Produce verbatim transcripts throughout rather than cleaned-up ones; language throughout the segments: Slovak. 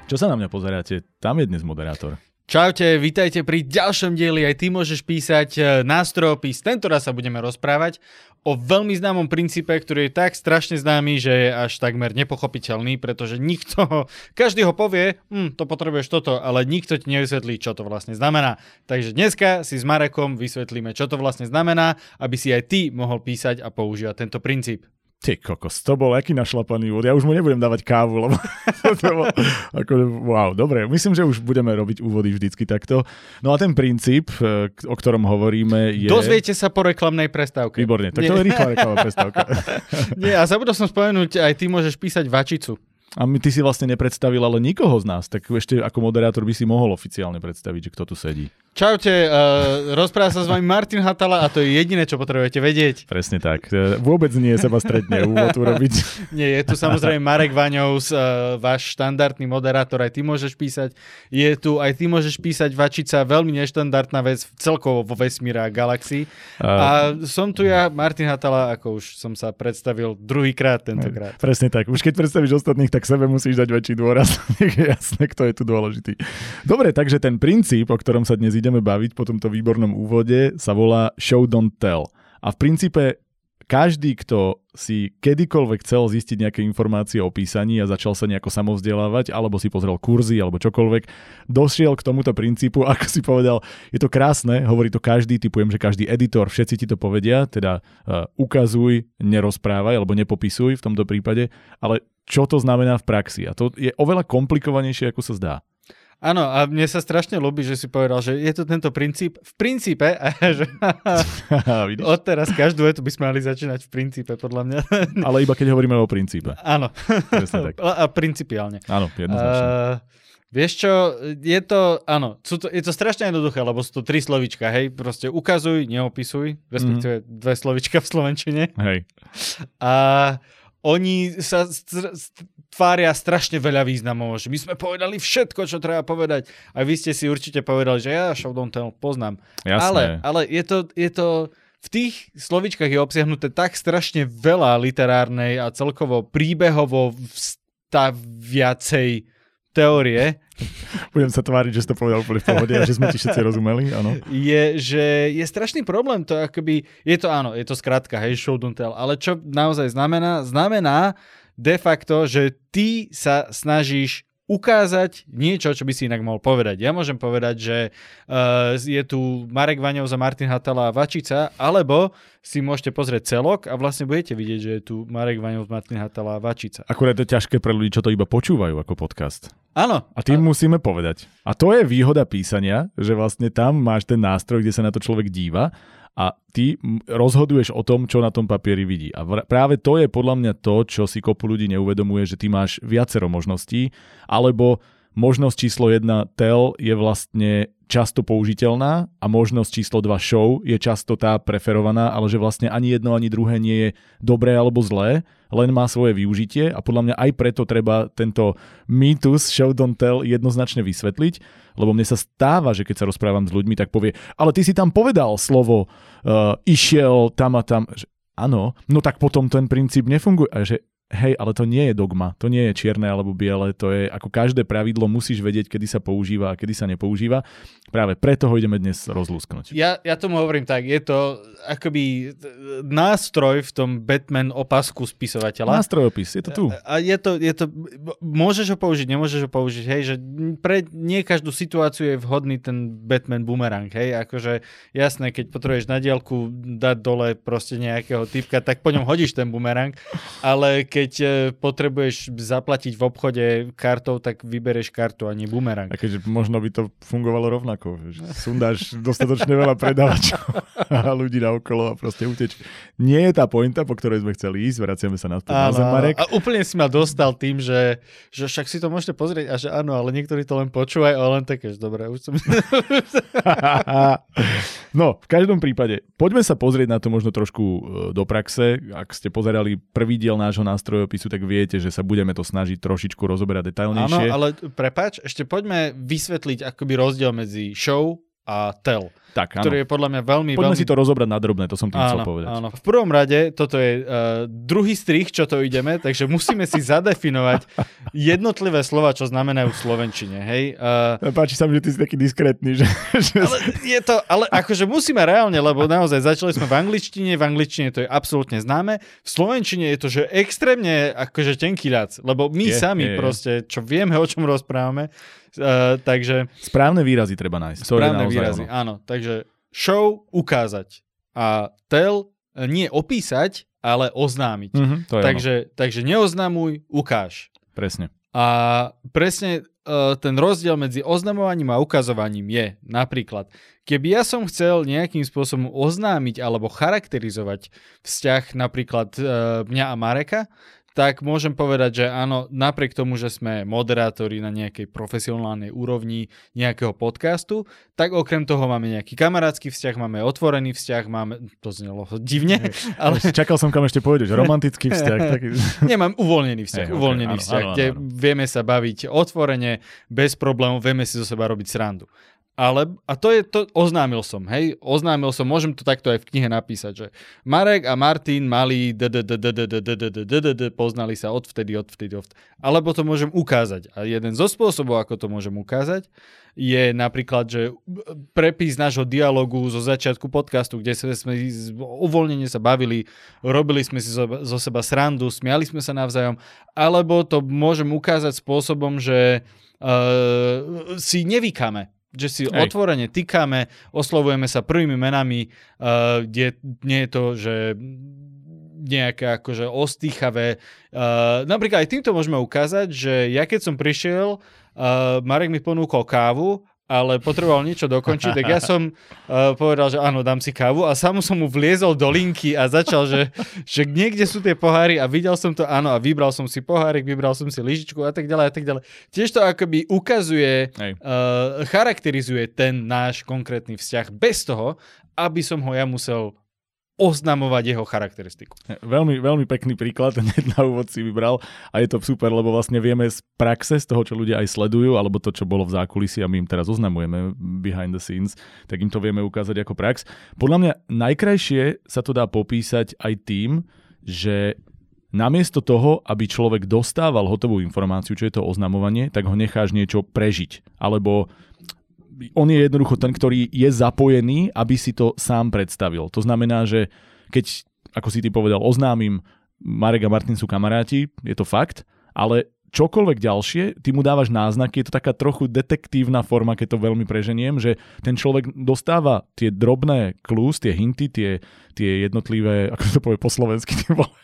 Čo sa na mňa pozeráte? Tam je dnes moderátor. Čaute, vítajte pri ďalšom dieli. Aj ty môžeš písať nástrojopis. Tentoraz sa budeme rozprávať o veľmi známom princípe, ktorý je tak strašne známy, že je až takmer nepochopiteľný, pretože nikto, každý ho povie, hm, to potrebuješ toto, ale nikto ti nevysvetlí, čo to vlastne znamená. Takže dneska si s Marekom vysvetlíme, čo to vlastne znamená, aby si aj ty mohol písať a používať tento princíp. Ty kokos, to bol aký našlapaný úvod. Ja už mu nebudem dávať kávu, lebo to bol, ako, wow, dobre. Myslím, že už budeme robiť úvody vždycky takto. No a ten princíp, o ktorom hovoríme, je... Dozviete sa po reklamnej prestávke. Výborne, tak Nie. to je rýchla reklamná prestávka. Nie, a zabudol som spomenúť, aj ty môžeš písať vačicu. A my, ty si vlastne nepredstavil ale nikoho z nás, tak ešte ako moderátor by si mohol oficiálne predstaviť, že kto tu sedí. Čaute, uh, rozpráva sa s vami Martin Hatala a to je jediné, čo potrebujete vedieť. Presne tak. Vôbec nie je seba stretne úvod urobiť. Nie, je tu samozrejme Marek Vaňovs, uh, váš štandardný moderátor, aj ty môžeš písať. Je tu, aj ty môžeš písať vačica, veľmi neštandardná vec celkovo vo vesmíre a galaxii. Uh, a som tu ja, Martin Hatala, ako už som sa predstavil druhýkrát tentokrát. Presne tak. Už keď predstavíš ostatných, tak sebe musíš dať väčší dôraz. Je jasné, kto je tu dôležitý. Dobre, takže ten princíp, o ktorom sa dnes ideme baviť po tomto výbornom úvode, sa volá show don't tell. A v princípe každý, kto si kedykoľvek chcel zistiť nejaké informácie o písaní a začal sa nejako samovzdelávať, alebo si pozrel kurzy, alebo čokoľvek, došiel k tomuto princípu, ako si povedal, je to krásne, hovorí to každý, typujem, že každý editor, všetci ti to povedia, teda uh, ukazuj, nerozprávaj, alebo nepopisuj v tomto prípade, ale čo to znamená v praxi. A to je oveľa komplikovanejšie, ako sa zdá. Áno, a mne sa strašne ľúbi, že si povedal, že je to tento princíp v princípe, a že odteraz každú vetu by sme mali začínať v princípe, podľa mňa. Ale iba keď hovoríme o princípe. Áno. Tak. A principiálne. Áno, jednoznačne. Uh, vieš čo, je to, áno, sú to, je to strašne jednoduché, lebo sú to tri slovíčka, hej, proste ukazuj, neopisuj, respektíve mm. dve slovíčka v slovenčine. Hej. A oni sa str- tvária strašne veľa významov, že my sme povedali všetko, čo treba povedať. A vy ste si určite povedali, že ja show don't tell poznám. Jasné. Ale, ale je to, je to, v tých slovíčkach je obsiahnuté tak strašne veľa literárnej a celkovo príbehovo vstaviacej teórie. Budem sa tváriť, že si to povedal úplne v pohode a že sme ti všetci rozumeli, áno. Je, že je strašný problém to akoby, je to áno, je to skratka, hej, show don't tell, ale čo naozaj znamená? Znamená de facto, že ty sa snažíš ukázať niečo, čo by si inak mohol povedať. Ja môžem povedať, že uh, je tu Marek Vaňovs a Martin Hatala a vačica, alebo si môžete pozrieť celok a vlastne budete vidieť, že je tu Marek Vaňovs, Martin Hatala a vačica. Akurát je ťažké pre ľudí, čo to iba počúvajú ako podcast. Áno. A tým a... musíme povedať. A to je výhoda písania, že vlastne tam máš ten nástroj, kde sa na to človek díva a ty rozhoduješ o tom, čo na tom papieri vidí. A práve to je podľa mňa to, čo si kopu ľudí neuvedomuje, že ty máš viacero možností, alebo možnosť číslo jedna tell je vlastne často použiteľná a možnosť číslo dva show je často tá preferovaná, ale že vlastne ani jedno, ani druhé nie je dobré alebo zlé, len má svoje využitie a podľa mňa aj preto treba tento mýtus show don't tell jednoznačne vysvetliť, lebo mne sa stáva, že keď sa rozprávam s ľuďmi, tak povie, ale ty si tam povedal slovo uh, išiel tam a tam. Že, áno, no tak potom ten princíp nefunguje. A že hej, ale to nie je dogma, to nie je čierne alebo biele, to je ako každé pravidlo, musíš vedieť, kedy sa používa a kedy sa nepoužíva. Práve preto ho ideme dnes rozlúsknuť. Ja, ja tomu hovorím tak, je to akoby nástroj v tom Batman opasku spisovateľa. Nástrojopis, je to tu. A je to, je to, môžeš ho použiť, nemôžeš ho použiť, hej, že pre nie každú situáciu je vhodný ten Batman boomerang, hej, akože jasné, keď potrebuješ na diaľku dať dole proste nejakého typka, tak po ňom hodíš ten boomerang, ale keď potrebuješ zaplatiť v obchode kartou, tak vybereš kartu a nie bumerang. A keďže možno by to fungovalo rovnako. Sundáš dostatočne veľa predávačov a ľudí naokolo a proste uteč. Nie je tá pointa, po ktorej sme chceli ísť. Vraciame sa naspäť na zem, Marek. A úplne si ma dostal tým, že, že však si to môžete pozrieť a že áno, ale niektorí to len počúvajú a len také, že dobre, už som... No, v každom prípade, poďme sa pozrieť na to možno trošku do praxe. Ak ste pozerali prvý diel nášho nástrojopisu, tak viete, že sa budeme to snažiť trošičku rozoberať detailnejšie. Áno, ale prepáč, ešte poďme vysvetliť akoby rozdiel medzi show a tell. Tak, ktorý je podľa mňa veľmi... Poďme veľmi... si to rozobrať na drobné, to som tým chcel povedať. Áno. V prvom rade, toto je uh, druhý strich, čo to ideme, takže musíme si zadefinovať jednotlivé slova, čo znamenajú v slovenčine, hej. Uh, Páči sa mi, že ty si taký diskrétny, že... ale je to, ale akože musíme reálne, lebo naozaj začali sme v angličtine, v angličtine to je absolútne známe, v slovenčine je to, že extrémne akože tenký ľac, lebo my je, sami je, proste, čo vieme, o čom rozprávame, uh, takže... Správne výrazy treba nájsť. Správne výrazy, ono. Áno. Takže show, ukázať. A tell, nie opísať, ale oznámiť. Mm-hmm, to je takže, takže neoznamuj, ukáž. Presne. A presne uh, ten rozdiel medzi oznamovaním a ukazovaním je napríklad, keby ja som chcel nejakým spôsobom oznámiť alebo charakterizovať vzťah napríklad uh, mňa a Mareka, tak môžem povedať, že áno, napriek tomu, že sme moderátori na nejakej profesionálnej úrovni nejakého podcastu, tak okrem toho máme nejaký kamarátsky vzťah, máme otvorený vzťah, máme, to znelo divne, ale... Čakal som, kam ešte pôjdeš, romantický vzťah. Taký... Nemám uvoľnený vzťah, hey, uvoľnený okay, vzťah, áno, áno, áno. kde vieme sa baviť otvorene, bez problémov, vieme si zo seba robiť srandu. Ale, a to je to, oznámil som, hej, oznámil som, môžem to takto aj v knihe napísať, že Marek a Martin mali poznali sa odvtedy, odvtedy, odvtedy. Alebo to môžem ukázať. A jeden zo spôsobov, ako to môžem ukázať, je napríklad, že prepis nášho dialogu zo začiatku podcastu, kde sme uvoľnene sa bavili, robili sme si zo, zo seba srandu, smiali sme sa navzájom, alebo to môžem ukázať spôsobom, že uh, si nevykáme. Že si Hej. otvorene tykáme, oslovujeme sa prvými menami, uh, kde nie je to, že nejaké akože ostýchavé. Uh, napríklad aj týmto môžeme ukázať, že ja keď som prišiel, uh, Marek mi ponúkol kávu, ale potreboval niečo dokončiť, tak ja som uh, povedal, že áno, dám si kávu a sám som mu vliezol do linky a začal, že, že niekde sú tie poháry a videl som to, áno, a vybral som si pohárik, vybral som si lyžičku a tak ďalej a tak ďalej. Tiež to akoby ukazuje, uh, charakterizuje ten náš konkrétny vzťah bez toho, aby som ho ja musel oznamovať jeho charakteristiku. Veľmi, veľmi pekný príklad, hneď na úvod si vybral a je to super, lebo vlastne vieme z praxe, z toho, čo ľudia aj sledujú, alebo to, čo bolo v zákulisí a my im teraz oznamujeme behind the scenes, tak im to vieme ukázať ako prax. Podľa mňa najkrajšie sa to dá popísať aj tým, že namiesto toho, aby človek dostával hotovú informáciu, čo je to oznamovanie, tak ho necháš niečo prežiť. Alebo on je jednoducho ten, ktorý je zapojený, aby si to sám predstavil. To znamená, že keď, ako si ty povedal, oznámim, Marek a Martin sú kamaráti, je to fakt, ale čokoľvek ďalšie, ty mu dávaš náznaky, je to taká trochu detektívna forma, keď to veľmi preženiem, že ten človek dostáva tie drobné clues, tie hinty, tie, tie jednotlivé, ako to povie po slovensky,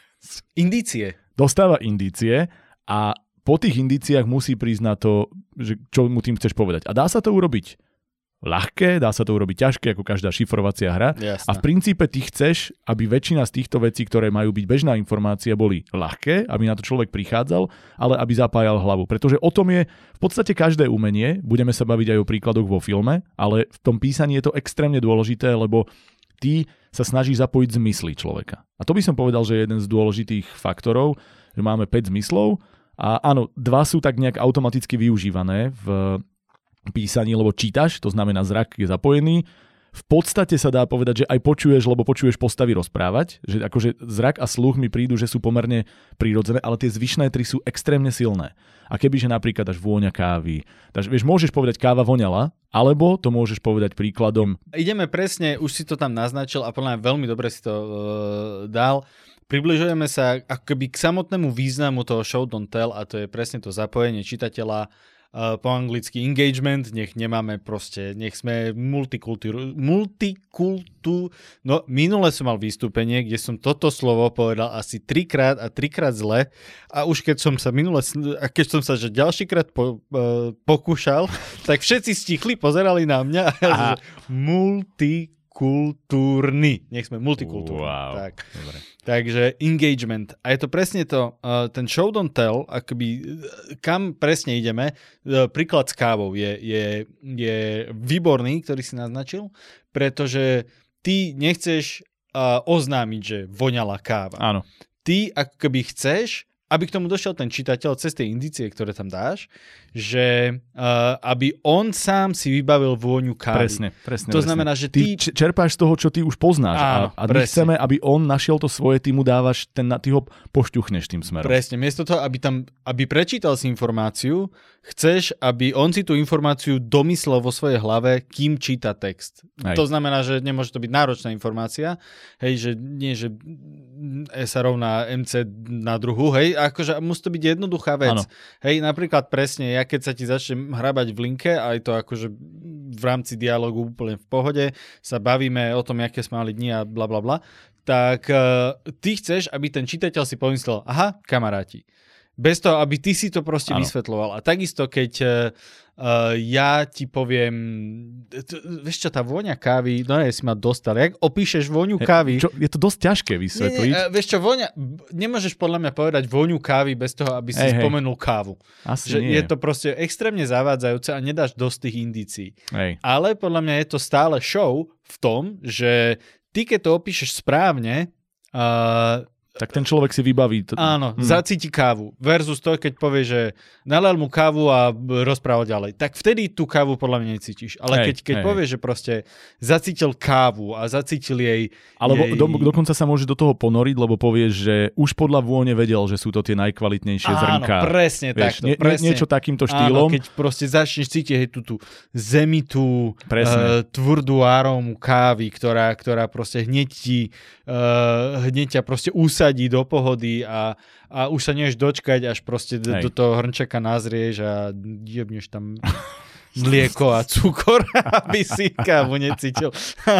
indície. Dostáva indície a po tých indíciách musí prísť na to, že čo mu tým chceš povedať. A dá sa to urobiť ľahké, dá sa to urobiť ťažké, ako každá šifrovacia hra. Jasné. A v princípe ty chceš, aby väčšina z týchto vecí, ktoré majú byť bežná informácia, boli ľahké, aby na to človek prichádzal, ale aby zapájal hlavu. Pretože o tom je v podstate každé umenie, budeme sa baviť aj o príkladoch vo filme, ale v tom písaní je to extrémne dôležité, lebo ty sa snažíš zapojiť zmysly človeka. A to by som povedal, že je jeden z dôležitých faktorov, že máme päť zmyslov. A áno, dva sú tak nejak automaticky využívané v písaní, lebo čítaš, to znamená zrak je zapojený. V podstate sa dá povedať, že aj počuješ, lebo počuješ postavy rozprávať, že akože zrak a sluch mi prídu, že sú pomerne prírodzené, ale tie zvyšné tri sú extrémne silné. A kebyže napríklad dáš vôňa kávy, dáš, vieš, môžeš povedať káva voňala, alebo to môžeš povedať príkladom. Ideme presne, už si to tam naznačil a podľa mňa veľmi dobre si to uh, dal. Približujeme sa akoby k samotnému významu toho show don't tell a to je presne to zapojenie čitateľa, uh, po anglicky engagement, nech nemáme proste, nech sme multikultúru, multikultú, no minule som mal vystúpenie, kde som toto slovo povedal asi trikrát a trikrát zle a už keď som sa minule, a keď som sa že ďalšíkrát po, uh, pokúšal, tak všetci stichli, pozerali na mňa a ja že multikultúrny. Kultúrny. Nech sme multikultúrni. Wow. Tak. Dobre. Takže engagement. A je to presne to, uh, ten show don't tell, akoby, kam presne ideme. Uh, príklad s kávou je, je, je výborný, ktorý si naznačil, pretože ty nechceš uh, oznámiť, že voňala káva. Áno. Ty ako keby chceš aby k tomu došiel ten čitateľ cez tie indície, ktoré tam dáš, že uh, aby on sám si vybavil vôňu kávy. Presne, presne. To presne. znamená, že ty... Ty čerpáš z toho, čo ty už poznáš. Áno, a a my chceme, aby on našiel to svoje, ty mu dávaš, ten, ty ho pošťuchneš tým smerom. Presne, miesto toho, aby tam, aby prečítal si informáciu, chceš, aby on si tú informáciu domyslel vo svojej hlave, kým číta text. Hej. To znamená, že nemôže to byť náročná informácia, hej, že nie, že E sa rovná em cé na druhu, hej, akože musí to byť jednoduchá vec. Ano. Hej, napríklad presne, ja keď sa ti začnem hrabať v linke, aj to akože v rámci dialogu úplne v pohode, sa bavíme o tom, aké sme mali dni a bla bla bla, tak uh, ty chceš, aby ten čitateľ si pomyslel, aha, kamaráti. Bez toho, aby ty si to proste ano. Vysvetľoval. A takisto, keď uh, ja ti poviem, t- vieš čo, tá vôňa kávy, no je, si ma dostal. Jak opíšeš vôňu kávy? Čo, je to dosť ťažké vysvetliť. Nie, nie, vieš čo, vôňa, nemôžeš podľa mňa povedať vôňu kávy bez toho, aby si hej, spomenul hej. kávu. Asi že nie. Je to proste extrémne zavádzajúce a nedáš dosť tých indícií. Hej. Ale podľa mňa je to stále show v tom, že ty, keď to opíšeš správne, uh, tak ten človek si vybaví. To... Áno, hm. zacíti kávu. Versus to, keď povie, že nalel mu kávu a rozpráva ďalej. Tak vtedy tú kávu podľa mňa necítiš. Ale hej, keď, keď hej. povie, že proste zacítil kávu a zacítil jej... Alebo jej... do, dokonca sa môže do toho ponoriť, lebo povie, že už podľa vône vedel, že sú to tie najkvalitnejšie Áno, zrnká. presne Vieš, takto. Nie, presne. Niečo takýmto štýlom. Áno, keď proste začneš cítiť hej, tú, tú zemitú, uh, Presne. tvrdú arómu kávy, ktorá, ktorá proste hneď ti uh, hneď ťa proste usadí do pohody a, a už sa nevieš dočkať, až proste do, do toho hrnčeka nazrieš a jebneš tam mlieko a cukor, aby si kávu necítil.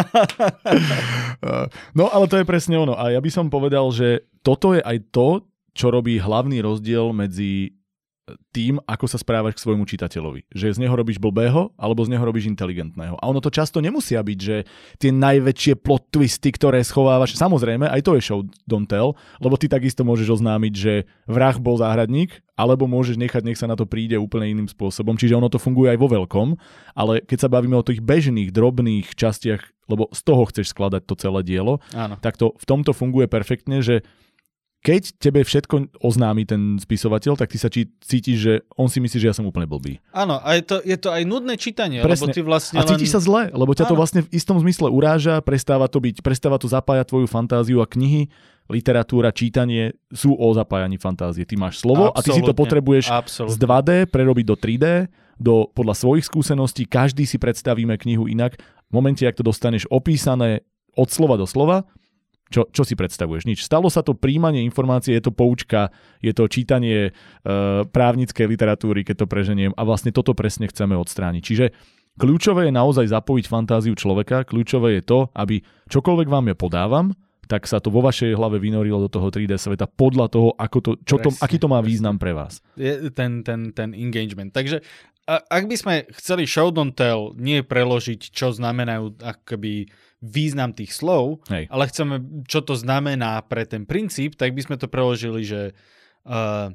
No, ale to je presne ono. A ja by som povedal, že toto je aj to, čo robí hlavný rozdiel medzi tým, ako sa správaš k svojmu čitateľovi. Že z neho robíš blbého, alebo z neho robíš inteligentného. A ono to často nemusia byť, že tie najväčšie plot twisty, ktoré schovávaš, samozrejme, aj to je show don't tell, lebo ty takisto môžeš oznámiť, že vrah bol záhradník, alebo môžeš nechať, nech sa na to príde úplne iným spôsobom. Čiže ono to funguje aj vo veľkom, ale keď sa bavíme o tých bežných, drobných častiach, lebo z toho chceš skladať to celé dielo, Áno. tak to v tomto funguje perfektne, že keď tebe všetko oznámi ten spisovateľ, tak ty sa či, cítiš, že on si myslí, že ja som úplne blbý. Áno, a je to, je to aj nudné čítanie, Presne. lebo ty vlastne a cítiš len... sa zle, lebo ťa to Áno. vlastne v istom zmysle uráža, prestáva to byť, prestáva to zapájať tvoju fantáziu a knihy, literatúra, čítanie sú o zapájaní fantázie. Ty máš slovo Absolutne. A ty si to potrebuješ Absolutne. z dva dé prerobiť do tri dé, do, podľa svojich skúseností, každý si predstavíme knihu inak. V momente, ak to dostaneš opísané od slova do slova, Čo, čo si predstavuješ? Nič. Stalo sa to príjmanie informácie, je to poučka, je to čítanie e, právnickej literatúry, keď to preženiem a vlastne toto presne chceme odstrániť. Čiže kľúčové je naozaj zapojiť fantáziu človeka, kľúčové je to, aby čokoľvek vám ja podávam, tak sa to vo vašej hlave vynorilo do toho tri dé sveta podľa toho, ako to, čo to, aký to má presne. Význam pre vás. Je ten, ten, ten engagement. Takže a, ak by sme chceli show don't tell nie preložiť, čo znamenajú akoby význam tých slov, Hej. ale chceme, čo to znamená pre ten princíp, tak by sme to preložili, že uh,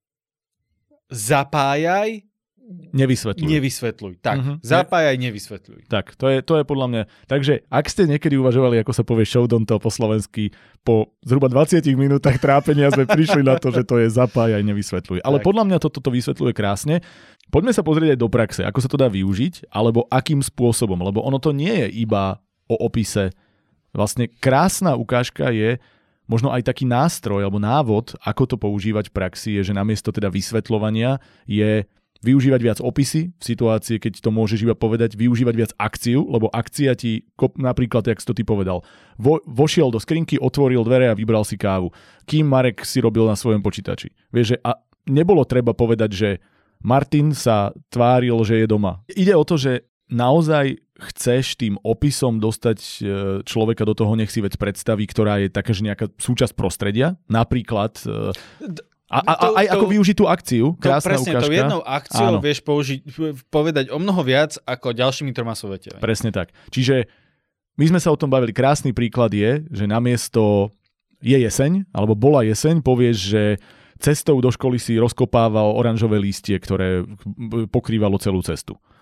zapájaj, nevysvetľuj. Nevysvetľuj. Tak, uh-huh. zapájaj, nevysvetľuj. Tak, to je, to je podľa mňa. Takže, ak ste niekedy uvažovali, ako sa povie show don't tell po slovensky, po zhruba dvadsiatich minútach trápenia sme prišli na to, že to je zapájaj, nevysvetľuj. Ale tak. Podľa mňa toto to, to vysvetľuje krásne. Poďme sa pozrieť aj do praxe, ako sa to dá využiť, alebo akým spôsobom, lebo ono to nie je iba o opise. Vlastne krásna ukážka je možno aj taký nástroj alebo návod, ako to používať v praxi, je, že namiesto teda vysvetľovania je využívať viac opisy v situácii, keď to môžeš iba povedať, využívať viac akciu, lebo akcia ti, napríklad, jak si to ty povedal, vo, vošiel do skrinky, otvoril dvere a vybral si kávu. Kým Marek si robil na svojom počítači. Vieš, že a nebolo treba povedať, že Martin sa tváril, že je doma. Ide o to, že naozaj chceš tým opisom dostať človeka do toho, nech si vec predstaví, ktorá je taká, že nejaká súčasť prostredia. Napríklad... A, a, a aj to, ako využiť tú akciu, krásna to presne, ukážka. To jednou akciou Áno. vieš použiť, povedať o mnoho viac ako ďalšími troma súveťami. Presne tak. Čiže my sme sa o tom bavili. Krásny príklad je, že namiesto je jeseň, alebo bola jeseň, povieš, že cestou do školy si rozkopával oranžové lístie, ktoré pokrývalo celú cestu.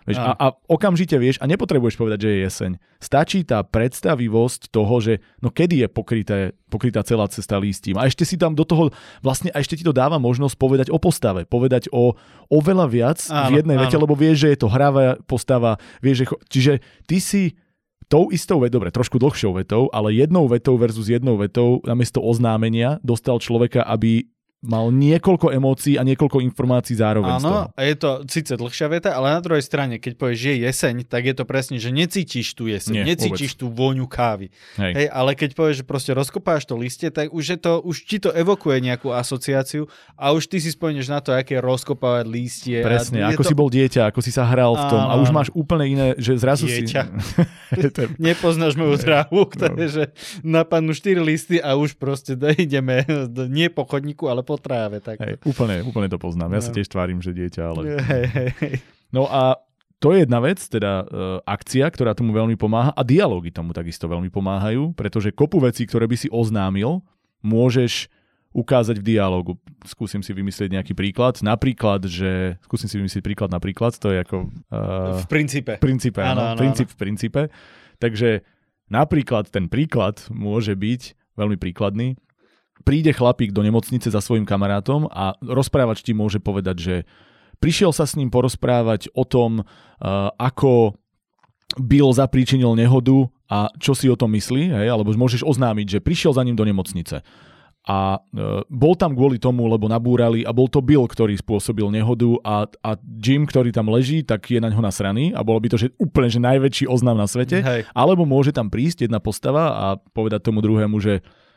Vieš, a, a okamžite vieš, a nepotrebuješ povedať, že je jeseň. Stačí tá predstavivosť toho, že no kedy je pokryté, pokrytá celá cesta lístím. A ešte si tam do toho, vlastne a ešte ti to dáva možnosť povedať o postave, povedať o oveľa viac áno, v jednej áno. vete, lebo vieš, že je to hravá postava, vieš, že cho... čiže ty si tou istou vetou, dobre, trošku dlhšou vetou, ale jednou vetou versus jednou vetou namiesto oznámenia dostal človeka, aby mal niekoľko emócií a niekoľko informácií zároveň z toho. Áno, a je to síce dlhšia veta, ale na druhej strane, keď povieš, že je jeseň, tak je to presne, že necítiš tú jeseň, Nie, necítiš vôbec. Tú vôňu kávy. Hej. Hej, ale keď povieš, že proste rozkopáš to listie, tak už, je to, už ti to evokuje nejakú asociáciu a už ty si spomínaš na to, aké rozkopávať lístie. Presne, a ako to... si bol dieťa, ako si sa hral v tom a, a už máš úplne iné, že zrazu dieťa. si... Nepoznáš moju trávu, ktoré, že napadnú štyri listy a už proste ideme nie po chodníku, ale po tráve. Tak. Hej, úplne, úplne to poznám. Ja no. sa tiež tvárim, že dieťa, ale... Hej, hej, hej. No a to je jedna vec, teda e, akcia, ktorá tomu veľmi pomáha a dialógy tomu takisto veľmi pomáhajú, pretože kopu vecí, ktoré by si oznámil, môžeš ukázať v dialógu. Skúsim si vymyslieť nejaký príklad. Napríklad, že... Skúsim si vymyslieť príklad napríklad, to je ako... E, v princípe. V princípe, áno. áno, áno princíp áno. v princípe. Takže napríklad ten príklad môže byť veľmi príkladný. Príde chlapík do nemocnice za svojím kamarátom a rozprávač ti môže povedať, že prišiel sa s ním porozprávať o tom, uh, ako Bill zapríčinil nehodu a čo si o tom myslí, hej? Alebo môžeš oznámiť, že prišiel za ním do nemocnice. A uh, bol tam kvôli tomu, lebo nabúrali a bol to Bill, ktorý spôsobil nehodu a, a Jim, ktorý tam leží, tak je na ňo nasraný a bolo by to že úplne že najväčší oznam na svete. Hej. Alebo môže tam prísť jedna postava a povedať tomu druhému, že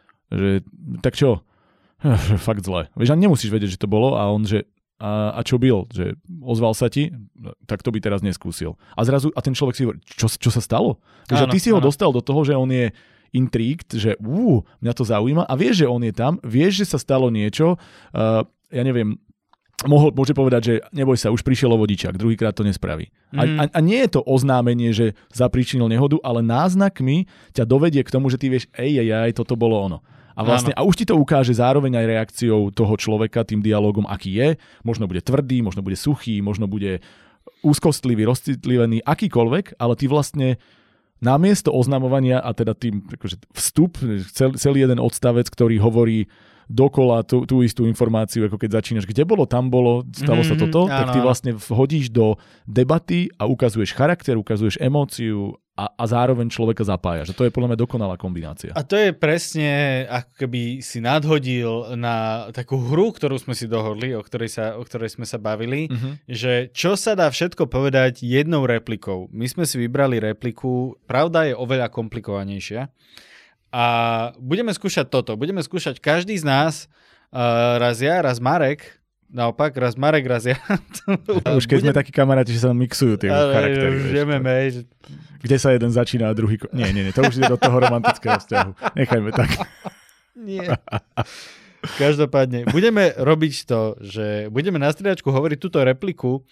že tak čo, fakt zle. Vieš, a nemusíš vedieť, že to bolo a on, že a, a čo Bill, že ozval sa ti, tak to by teraz neskúsil. A zrazu, a ten človek si hovorí, čo, čo sa stalo? Vieš, áno, a ty si ho áno. dostal do toho, že on je intrigued, že ú, mňa to zaujíma a vieš, že on je tam, vieš, že sa stalo niečo, uh, ja neviem, mohol, môže povedať, že neboj sa, už prišiel vodičák, druhýkrát to nespraví. Mm. A, a, a nie je to oznámenie, že zapríčinil nehodu, ale náznakmi ťa dovedie k tomu, že ty vieš, ej, ej, ej, toto bolo ono. A vlastne, a už ti to ukáže zároveň aj reakciou toho človeka, tým dialogom, aký je. Možno bude tvrdý, možno bude suchý, možno bude úzkostlivý, rozcitlivený, akýkoľvek, ale ty vlastne namiesto oznamovania a teda tým akože vstup, cel, celý jeden odstavec, ktorý hovorí dokola tú, tú istú informáciu, ako keď začínaš, kde bolo, tam bolo, stalo mm-hmm, sa toto, áno, tak ty vlastne vhodíš do debaty a ukazuješ charakter, ukazuješ emóciu a, a zároveň človeka zapájaš. A to je podľa mňa dokonalá kombinácia. A to je presne, ako keby si nadhodil na takú hru, ktorú sme si dohodli, o ktorej, sa, o ktorej sme sa bavili, mm-hmm. že čo sa dá všetko povedať jednou replikou. My sme si vybrali repliku, pravda je oveľa komplikovanejšia. A budeme skúšať toto. Budeme skúšať každý z nás, uh, raz ja, raz Marek, naopak, raz Marek, raz ja. Už keď Budem... sme takí kamaráti, že sa mixujú tie ale, charaktery. Už vieme, že... Kde sa jeden začína a druhý... Nie, nie, nie, to už ide do toho romantického vzťahu. Nechajme tak. Nie. Každopádne, budeme robiť to, že budeme na striedačku hovoriť túto repliku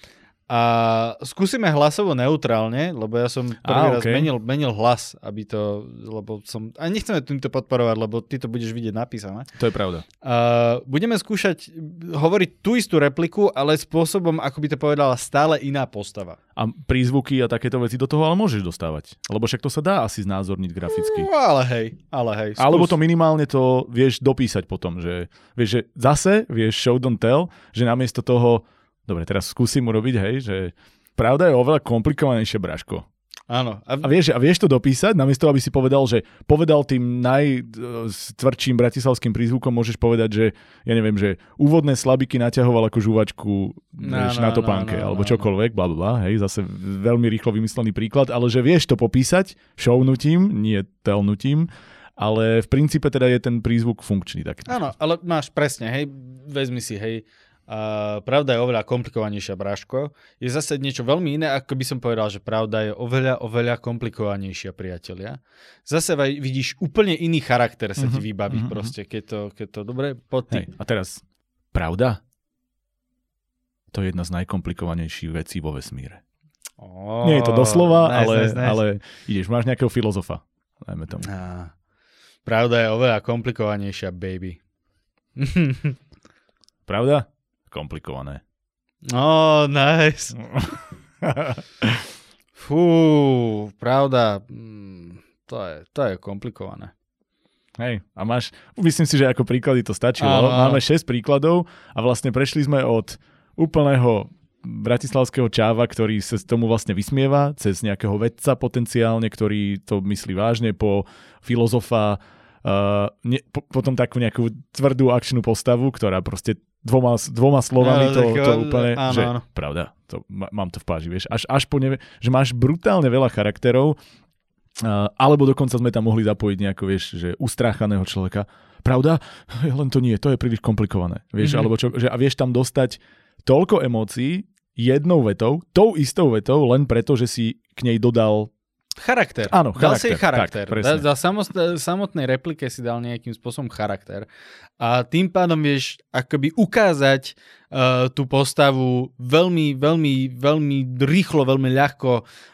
a skúsime hlasovo neutrálne, lebo ja som prvý a, raz okay. menil, menil hlas, aby to, lebo som, a nechceme týmto podporovať, lebo ty to budeš vidieť napísané. To je pravda. Uh, budeme skúšať hovoriť tú istú repliku, ale spôsobom, ako by to povedala stále iná postava. A prízvuky a takéto veci do toho ale môžeš dostávať, lebo však to sa dá asi znázorniť graficky. No, ale hej, ale hej. Skús. Alebo to minimálne to vieš dopísať potom, že vieš, že zase vieš show don't tell, že namiesto toho dobre, teraz skúsim urobiť, hej, že pravda je oveľa komplikovanejšia, Braško. Áno. A, a, vieš, a vieš to dopísať, namiesto aby si povedal, že povedal tým najtvrdším bratislavským prízvukom, môžeš povedať, že ja neviem, že úvodné slabiky naťahoval ako žuvačku no, vieš, no, na topánke, no, no, alebo čokoľvek, blablabla, hej, zase veľmi rýchlo vymyslený príklad, ale že vieš to popísať shownutím, nie telnutím, ale v princípe teda je ten prízvuk funkčný. Tak. Áno, ale máš presne, hej, vezmi si, hej, Uh, pravda je oveľa komplikovanejšia, Braško. Je zase niečo veľmi iné, ako by som povedal, že pravda je oveľa, oveľa komplikovanejšia, priatelia. Zase vidíš úplne iný charakter sa uh-huh, ti vybaví uh-huh. proste, keď to, keď to dobre pod tým. Hej, a teraz, pravda? To je jedna z najkomplikovanejších vecí vo vesmíre. Oh, nie je to doslova, nice, ale, nice, nice. ale ideš, máš nejakého filozofa. Dajme tomu. Ah, pravda je oveľa komplikovanejšia, baby. Pravda? Komplikované. Oh, nice. Fú, pravda, to je, to je komplikované. Hej, a máš, myslím si, že ako príklady to stačilo. Áno, áno. Máme šesť príkladov a vlastne prešli sme od úplného bratislavského čáva, ktorý sa tomu vlastne vysmieva, cez nejakého vedca potenciálne, ktorý to myslí vážne, po filozofa, uh, ne, po, potom takú nejakú tvrdú akčnú postavu, ktorá proste dvoma, dvoma slovami no, to, tak, to úplne, áno, že áno. pravda, to, mám to v páži, vieš, až, až po neve, že máš brutálne veľa charakterov, uh, alebo dokonca sme tam mohli zapojiť nejako, vieš, že ustráchaného človeka. Pravda? Len to nie, to je príliš komplikované, vieš, mm-hmm. alebo čo, že, a vieš tam dostať toľko emócií jednou vetou, tou istou vetou, len preto, že si k nej dodal charakter. Áno, dal charakter. si charakter. Tak, da, da samotnej, samotnej replike si dal nejakým spôsobom charakter. A tým pádom vieš akoby ukázať uh, tú postavu veľmi, veľmi, veľmi rýchlo, veľmi ľahko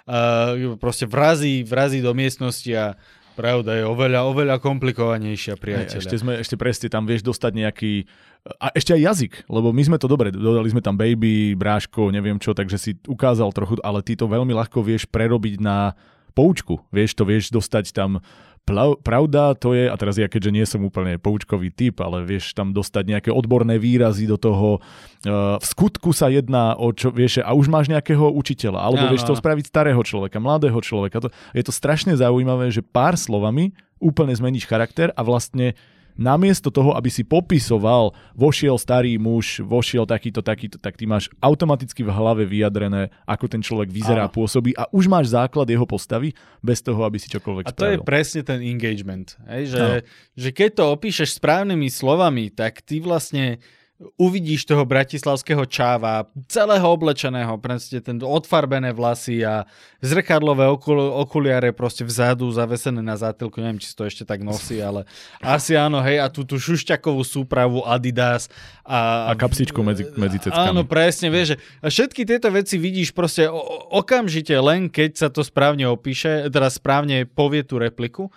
uh, proste vrazí, vrazí do miestnosti a pravda je oveľa, oveľa komplikovanejšia, priateľa. Ešte sme, ešte presne tam vieš dostať nejaký, a ešte aj jazyk, lebo my sme to dobre, dodali sme tam baby, bráško, neviem čo, takže si ukázal trochu, ale ty to veľmi ľahko vieš prerobiť na poučku, vieš, to vieš dostať tam, pravda, to je, a teraz ja keďže nie som úplne poučkový typ, ale vieš tam dostať nejaké odborné výrazy do toho, v skutku sa jedná o čo, vieš, a už máš nejakého učiteľa, alebo áno, vieš to áno. spraviť starého človeka, mladého človeka, to, je to strašne zaujímavé, že pár slovami úplne zmeníš charakter a vlastne namiesto toho, aby si popisoval, vošiel starý muž, vošiel takýto, takýto, tak ty máš automaticky v hlave vyjadrené, ako ten človek vyzerá, áno. pôsobí a už máš základ jeho postavy, bez toho, aby si čokoľvek spravil. A to spravil. je presne ten engagement. Hej? Že, že keď to opíšeš správnymi slovami, tak ty vlastne uvidíš toho bratislavského čáva, celého oblečeného, proste ten odfarbené vlasy a zrkadlové okul- okuliare proste vzadu zavesené na zátylku, neviem, či si to ešte tak nosí, ale asi áno, hej, a tú, tú šušťakovú súpravu Adidas a... A kapsičku medzi, medzi ceckami. Áno, presne, vieš, že všetky tieto veci vidíš proste okamžite len, keď sa to správne opíše, teda správne povie tú repliku.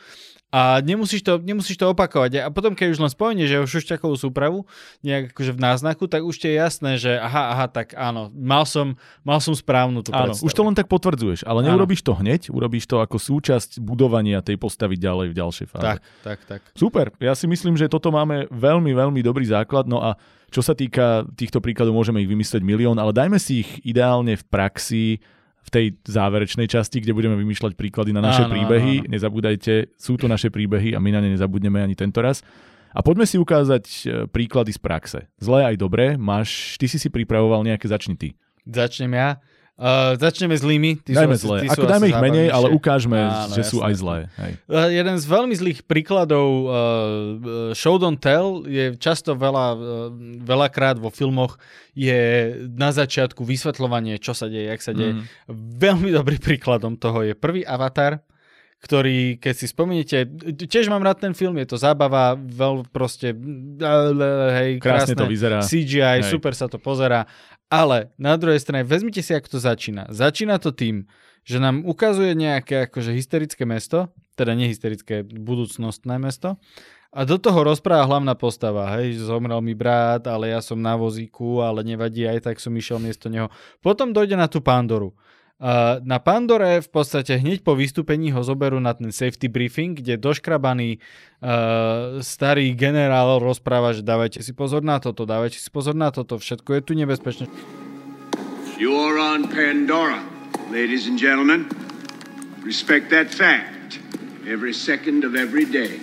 A nemusíš to, nemusíš to opakovať. A potom, keď už len spomenieš jeho šušťakovú súpravu, nejak akože v náznaku, tak už ti je jasné, že aha, aha, tak áno, mal som, mal som správnu tú predstavu. Áno, už to len tak potvrdzuješ, ale áno. neurobíš to hneď, urobíš to ako súčasť budovania tej postavy ďalej v ďalšej fáze. Tak, tak, tak. Super, ja si myslím, že toto máme veľmi, veľmi dobrý základ, no a čo sa týka týchto príkladov, môžeme ich vymyslieť milión, ale dajme si ich ideálne v praxi, v tej záverečnej časti, kde budeme vymýšľať príklady na naše áno, príbehy. áno. Nezabúdajte, sú to naše príbehy a my na ne nezabudneme ani tento raz. A poďme si ukázať príklady z praxe. Zlé aj dobré. Máš, ty si si pripravoval nejaké, začni ty. Začnem ja. Uh, začneme zlými. Ty dajme sú, zlé. Ty Ako dajme ich menej, ale ukážme, áno, že jasné, sú aj jasné. zlé. Hej. Uh, jeden z veľmi zlých príkladov uh, show don't tell je často veľa, uh, veľakrát vo filmoch je na začiatku vysvetľovanie, čo sa deje, jak sa deje. Mm. Veľmi dobrý príkladom toho je prvý Avatar, ktorý, keď si spomeniete, tiež mám rád ten film, je to zábava, veľ proste, hej, krásne, krásne to vyzerá. C G I, hej. super sa to pozerá, ale na druhej strane, vezmite si, ako to začína. Začína to tým, že nám ukazuje nejaké akože hysterické mesto, teda nehysterické, budúcnostné mesto, a do toho rozpráva hlavná postava, hej, zomrel mi brat, ale ja som na vozíku, ale nevadí, aj tak som išiel miesto neho. Potom dojde na tú Pandoru. Uh, na Pandore v podstate hneď po vystúpení ho zoberú na ten safety briefing, kde doškrabaný uh, starý generál rozpráva, že dávajte si pozor na toto, dávajte si pozor na toto, všetko je tu nebezpečné. You are on Pandora, ladies and gentlemen. Respect that fact every second of every day.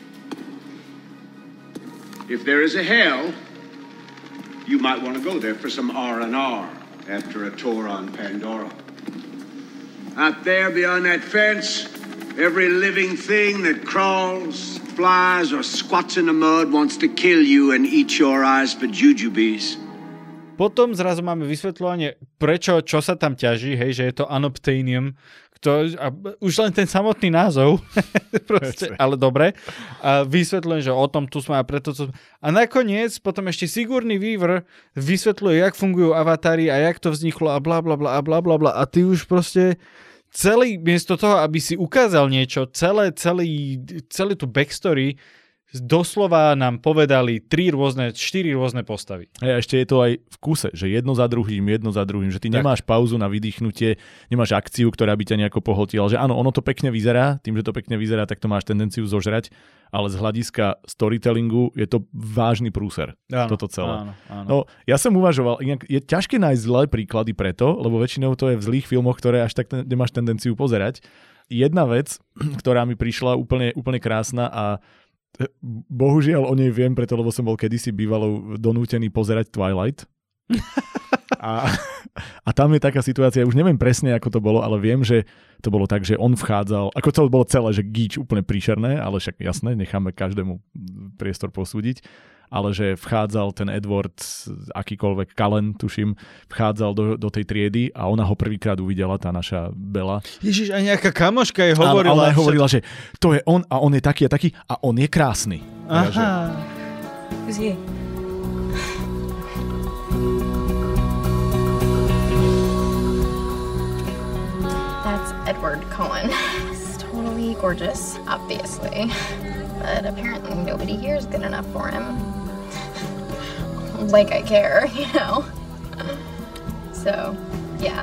If there is a hell, you might want to go there for some R and R after a tour on Pandora. Out there beyond that fence, every living thing that crawls, flies, or squats in the mud wants to kill you and eat your eyes for jujubes. Potom zrazu máme vysvetľovanie, prečo, čo sa tam ťaží, hej, že je to unobtainium, kto, a už len ten samotný názov, proste, ale dobre, a vysvetľujem, že o tom tu sme a preto tu sme. A nakoniec potom ešte Sigourney Weaver vysvetľuje, jak fungujú avatári a jak to vzniklo a bla bla bla a bla bla bla a ty už proste celý, miesto toho, aby si ukázal niečo, celé, celý, celý tú backstory, doslova nám povedali tri rôzne, štyri rôzne postavy. A ešte je to aj v kuse, že jedno za druhým, jedno za druhým, že ty tak. Nemáš pauzu na vydýchnutie, nemáš akciu, ktorá by ťa nejako pohltila, že áno, ono to pekne vyzerá, tým, že to pekne vyzerá, tak to máš tendenciu zožrať, ale z hľadiska storytellingu je to vážny prúser, áno, toto celé. Áno, áno. No, ja som uvažoval, je ťažké nájsť zlé príklady preto, lebo väčšinou to je v zlých filmoch, ktoré až tak nemáš tendenciu pozerať. Jedna vec, ktorá mi prišla úplne, úplne krásna a bohužiaľ o nej viem, preto lebo som bol kedysi bývalo donútený pozerať Twilight. A, a tam je taká situácia, už neviem presne, ako to bolo, ale viem, že to bolo tak, že on vchádzal, ako to bolo celé, že gíč úplne príšerné, ale však jasné, necháme každému priestor posúdiť, ale že vchádzal ten Edward, akýkoľvek Cullen, tuším, vchádzal do, do tej triedy a ona ho prvýkrát uvidela, tá naša Bella. Ježiš, aj nejaká kamoška jej hovorila. Ale ona hovorila, že to je on a on je taký a taký a on je krásny. Aha. Who's he? That's Edward Cullen. He's totally gorgeous, obviously. But apparently nobody here is good enough for him. Like I care, you know? So, yeah.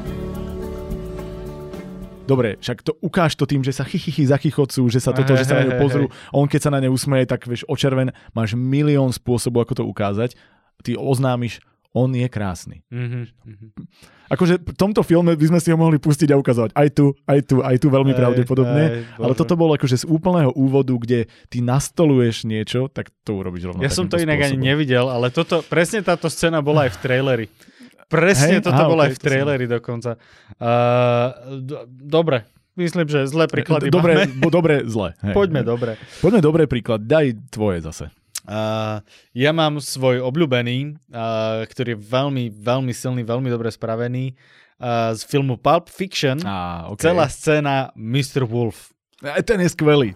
Dobre, však to ukáž to tým, že sa chichychy zachychocú, že sa toto, že sa na ňu pozrú. On keď sa na ne usmeje, tak vieš, očerven. Máš milión spôsobov, ako to ukázať. Ty oznámiš, on je krásny. Mm-hmm. Akože v tomto filme by sme si ho mohli pustiť a ukazovať aj tu, aj tu, aj tu veľmi aj, pravdepodobne. Aj, ale toto bolo akože z úplného úvodu, kde ty nastoluješ niečo, tak to urobíš rovno. Ja som to inak spôsobom. Ani nevidel, ale toto, presne táto scéna bola aj v traileri. Presne hey? toto Aha, bola okay, aj v traileri som... dokonca. Uh, do, dobre, myslím, že zlé príklady dobre, máme. Dobre, zlé. Hej, Poďme hej. dobre. Poďme dobré príklad, daj tvoje zase. Uh, ja mám svoj obľúbený, uh, ktorý je veľmi, veľmi silný, veľmi dobre spravený uh, z filmu Pulp Fiction. Ah, okay. Celá scéna mister Wolf. Ten je skvelý.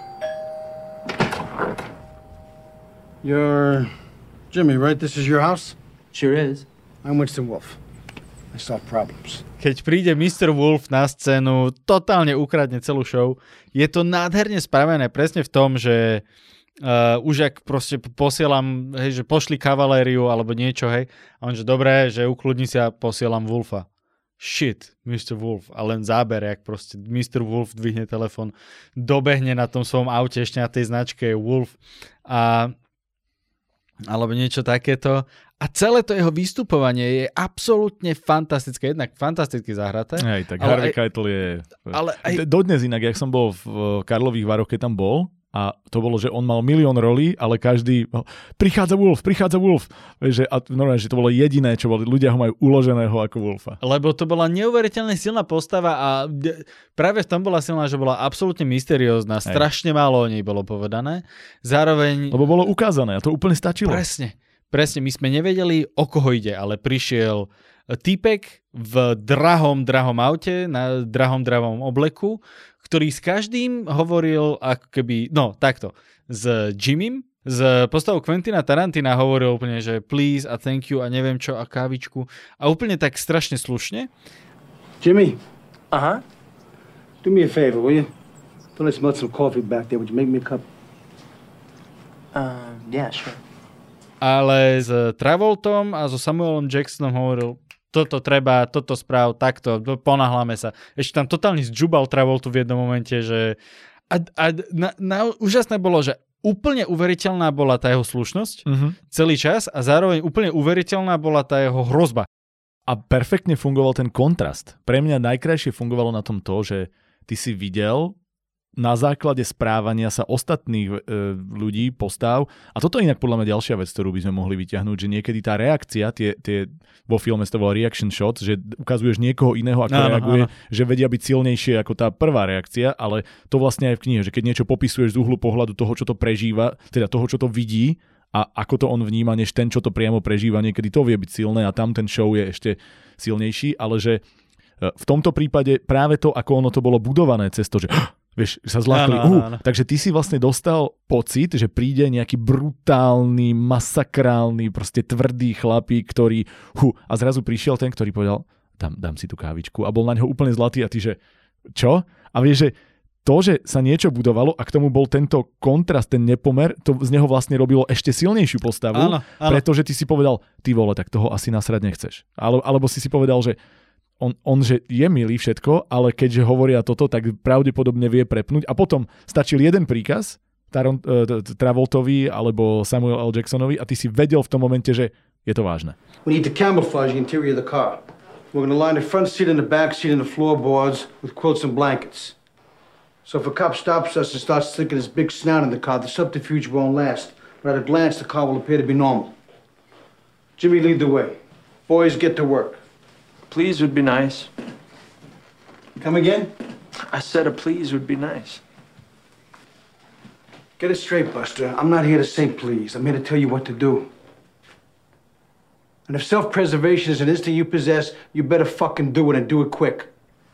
You're Jimmy, right? This is your house? Sure is. I'm Winston Wolf. I solve problems. Keď príde mister Wolf na scénu, totálne ukradne celú show. Je to nádherne spravené presne v tom, že Uh, už ak proste posielam, hej, že pošli kavalériu alebo niečo, hej, a on že dobré, že ukludni sa, posielam Wolfa. Shit, mister Wolf. A len záber, jak proste mister Wolf dvihne telefon, dobehne na tom svojom aute, ešte na tej značke je Wolf a alebo niečo takéto. A celé to jeho vystupovanie je absolútne fantastické. Jednak fantasticky zahraté. Hej, tak Harvey Keitel je... Ale aj... Dodnes inak, jak som bol v Karlových Varoch, keď tam bol, a to bolo, že on mal milión rolí, ale každý... Prichádza Wolf, prichádza Wolf. Že, a normálne, že to bolo jediné, čo boli. Ľudia ho majú uloženého ako Wolfa. Lebo to bola neuveriteľne silná postava a práve v tom bola silná, že bola absolútne mysteriózna. Strašne málo o nej bolo povedané. Zároveň... Lebo bolo ukázané a to úplne stačilo. Presne. Presne. My sme nevedeli, o koho ide, ale prišiel týpek v drahom, drahom aute, na drahom, drahom obleku, ktorý s každým hovoril ako keby, no takto, s Jimmym, z postavu Quentina Tarantina hovoril úplne, že please a thank you a neviem čo a kávičku a úplne tak strašne slušne. Jimmy. Aha. Do me a favor, will you? Don't let's smell some coffee back there. Would you make me a cup? Uh, yeah, sure. Ale s Travoltom a so Samuelom Jacksonom hovoril toto treba, toto správ, takto, ponáhľame sa. Ešte tam totálne zdžubal Travoltu v jednom momente, že a, a na, na, úžasné bolo, že úplne uveriteľná bola tá jeho slušnosť uh-huh. celý čas a zároveň úplne uveriteľná bola tá jeho hrozba. A perfektne fungoval ten kontrast. Pre mňa najkrajšie fungovalo na tom to, že ty si videl na základe správania sa ostatných e, ľudí, postav. A toto je inak podľa mňa ďalšia vec, ktorú by sme mohli vyťahnuť, že niekedy tá reakcia, tie, tie vo filme to bolo reaction shots, že ukazuješ niekoho iného, ako áno, reaguje, áno. že vedia byť silnejšie ako tá prvá reakcia, ale to vlastne aj v knihe, že keď niečo popisuješ z uhlu pohľadu toho, čo to prežíva, teda toho, čo to vidí a ako to on vníma, než ten, čo to priamo prežíva, niekedy to vie byť silné a tam ten show je ešte silnejší, ale že v tomto prípade práve to, ako ono to bolo budované cez to, že vieš, sa zlákli. Uh, takže ty si vlastne dostal pocit, že príde nejaký brutálny, masakrálny, proste tvrdý chlapík, ktorý hu, a zrazu prišiel ten, ktorý povedal, dám, dám si tú kávičku a bol na ňo úplne zlatý a ty, že čo? A vieš, že to, že sa niečo budovalo a k tomu bol tento kontrast, ten nepomer, to z neho vlastne robilo ešte silnejšiu postavu, áno, áno. pretože ty si povedal, ty vole, tak toho asi nasrať nechceš. Ale, alebo si si povedal, že on, on, že je milý všetko, ale keďže hovoria toto, tak pravdepodobne vie prepnúť a potom stačil jeden príkaz Taron, uh, Travoltovi alebo Samuel L. Jacksonovi a ty si vedel v tom momente, že je to vážne. We need to camouflage the interior of the car. We're going to line the front seat and the back seat and the floorboards with quilts and blankets. So if a cop stops us and starts sticking his big snout in the car, the subterfuge won't last. But at a glance, the car will appear to be normal. Jimmy, lead the way. Boys, get to work. Please would be nice. Come again? I said a please would be nice. Get it straight, Buster. I'm not here to say please. I'm here to tell you what to do. And if self-preservation is an instinct you possess, you better fucking do it and do it quick.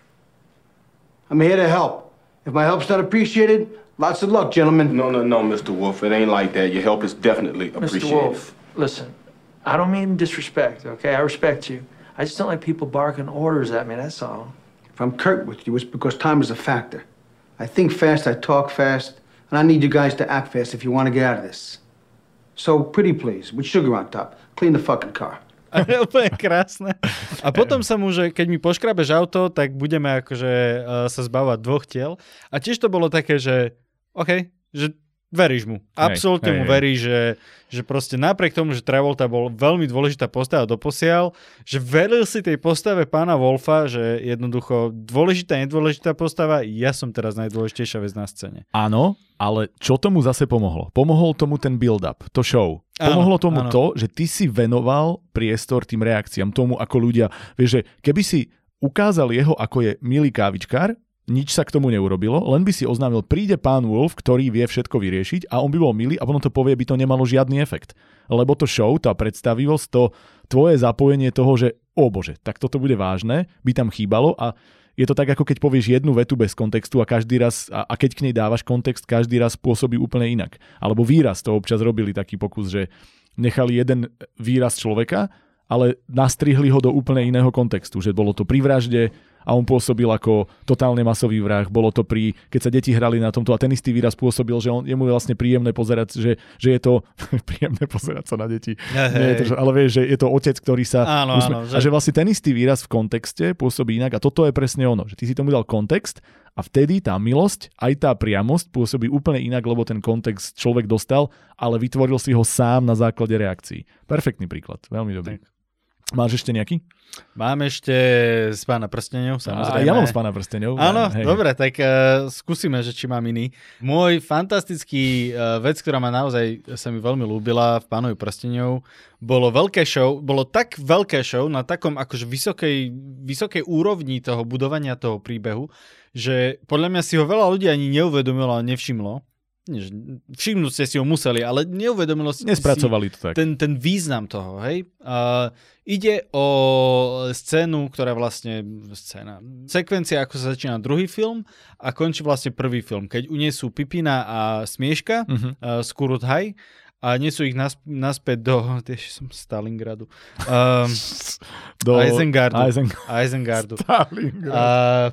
I'm here to help. If my help's not appreciated, lots of luck, gentlemen. No, no, no, Mister Wolf. It ain't like that. Your help is definitely appreciated. Mister Wolf, listen. I don't mean disrespect, okay? I respect you. I just don't like people barking orders at me, that's all. If I'm curt with you, it's because time is a factor. I think fast, I talk fast, and I need you guys to act fast if you want to get out of this. So, pretty please, with sugar on top, clean the fucking car. A je úplne krásne. A potom sa mu, že keď mi poškrabeš auto, tak budeme akože uh, sa zbavať dvoch tiel. A tiež to bolo také, že OK, že veríš mu. Absolútne mu veríš, že, že proste napriek tomu, že Travolta bol veľmi dôležitá postava doposiaľ, že veril si tej postave pána Wolfa, že jednoducho dôležitá, nedôležitá postava, ja som teraz najdôležitejšia vec na scéne. Áno, ale čo tomu zase pomohlo? Pomohol tomu ten build-up, to show. Pomohlo áno, tomu áno. to, že ty si venoval priestor tým reakciám, tomu ako ľudia, vieš, že keby si ukázal jeho, ako je milý kávičkár, nič sa k tomu neurobilo, len by si oznámil, príde pán Wolf, ktorý vie všetko vyriešiť a on by bol milý a potom to povie, by to nemalo žiadny efekt. Lebo to show, tá predstavivosť, to tvoje zapojenie toho, že o bože, tak toto bude vážne, by tam chýbalo a je to tak, ako keď povieš jednu vetu bez kontextu a každý raz, a, a keď k nej dávaš kontext, každý raz pôsobí úplne inak. Alebo výraz, to občas robili taký pokus, že nechali jeden výraz človeka, ale nastrihli ho do úplne iného kontextu, že bolo to pri vražde a on pôsobil ako totálne masový vrah, bolo to pri, keď sa deti hrali na tomto a ten istý výraz pôsobil, že on, jemu je vlastne príjemné pozerať, že, že je to príjemné pozerať sa na deti. Hey, Nie, je to, ale vieš, že je to otec, ktorý sa áno, usme... áno, že... a že vlastne ten istý výraz v kontexte pôsobí inak a toto je presne ono, že ty si tomu dal kontext a vtedy tá milosť, aj tá priamosť pôsobí úplne inak, lebo ten kontext človek dostal, ale vytvoril si ho sám na základe reakcií. Perfektný príklad, veľmi dobrý. Tak. Máš ešte nejaký? Mám ešte z Pána prstenov, samozrejme. A ja mám z Pána prstenov. Áno, hej. Dobre, tak uh, skúsime, že či mám iný. Môj fantastický uh, vec, ktorá ma naozaj sa mi veľmi ľúbila v Pánovi prstenov, bolo veľké show, bolo tak veľké show na takom akože vysokej, vysokej úrovni toho budovania toho príbehu, že podľa mňa si ho veľa ľudí ani neuvedomilo a nevšimlo. Všimnúť ste si ho museli, ale neuvedomilo si Nespracovali to tak. Ten, ten význam toho, hej. Uh, ide o scénu, ktorá vlastne scéna, sekvencia, ako sa začína druhý film a končí vlastne prvý film, keď uniesú Pipina a Smieška uh-huh. uh, z Kurut-Hai a nesú ich nas, naspäť do tiež som Stalingradu um, do Isengardu Eisen... Isengardu Stalingrad. Uh,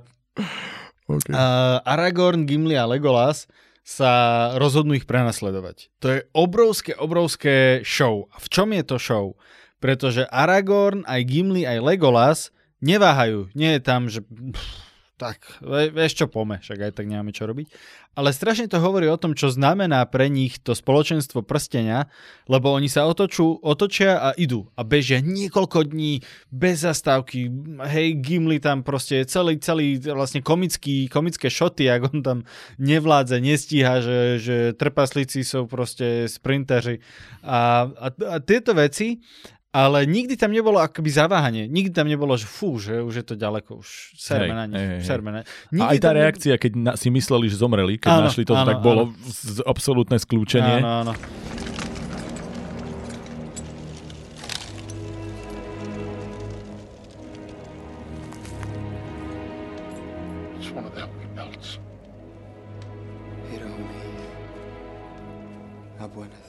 okay. uh, Aragorn, Gimli a Legolas sa rozhodnú ich prenasledovať. To je obrovské, obrovské show. A v čom je to show? Pretože Aragorn, aj Gimli, aj Legolas neváhajú. Nie je tam, že pff, tak, vieš čo, pome, však aj tak nemáme čo robiť. Ale strašne to hovorí o tom, čo znamená pre nich to spoločenstvo prstenia, lebo oni sa otočú, otočia a idú. A bežia niekoľko dní bez zastávky. Hej, Gimli tam proste celý, celý vlastne komický, komické šoty, ak on tam nevládze, nestíha, že, že trpaslíci sú proste sprinteři. A, a, a tieto veci... Ale nikdy tam nebolo akoby zaváhanie. Nikdy tam nebolo, že fú, že už je to ďaleko, už serme na nich, serme na nich. A aj tá reakcia, keď na, si mysleli, že zomreli, keď áno, našli to, áno, tak bolo z, absolútne skľúčenie. Áno, áno. It's one of the Helmy belts. Hiromi. A buenas.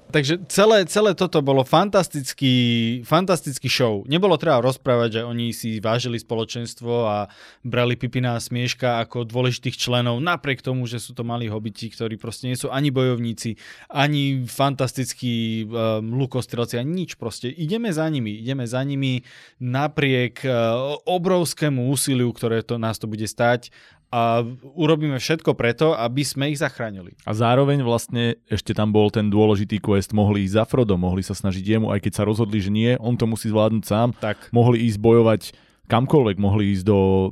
Takže celé, celé toto bolo fantastický, fantastický show. Nebolo treba rozprávať, že oni si vážili spoločenstvo a brali Pipina a Smieška ako dôležitých členov, napriek tomu, že sú to malí hobiti, ktorí proste nie sú ani bojovníci, ani fantastickí um, lukostrelci, ani nič proste. Ideme za nimi, ideme za nimi napriek uh, obrovskému úsiliu, ktoré to, nás to bude stáť. A urobíme všetko preto, aby sme ich zachránili. A zároveň vlastne ešte tam bol ten dôležitý quest, mohli ísť za Frodo, mohli sa snažiť jemu, aj keď sa rozhodli, že nie, on to musí zvládnuť sám, tak. Mohli ísť bojovať kamkoľvek, mohli ísť do e,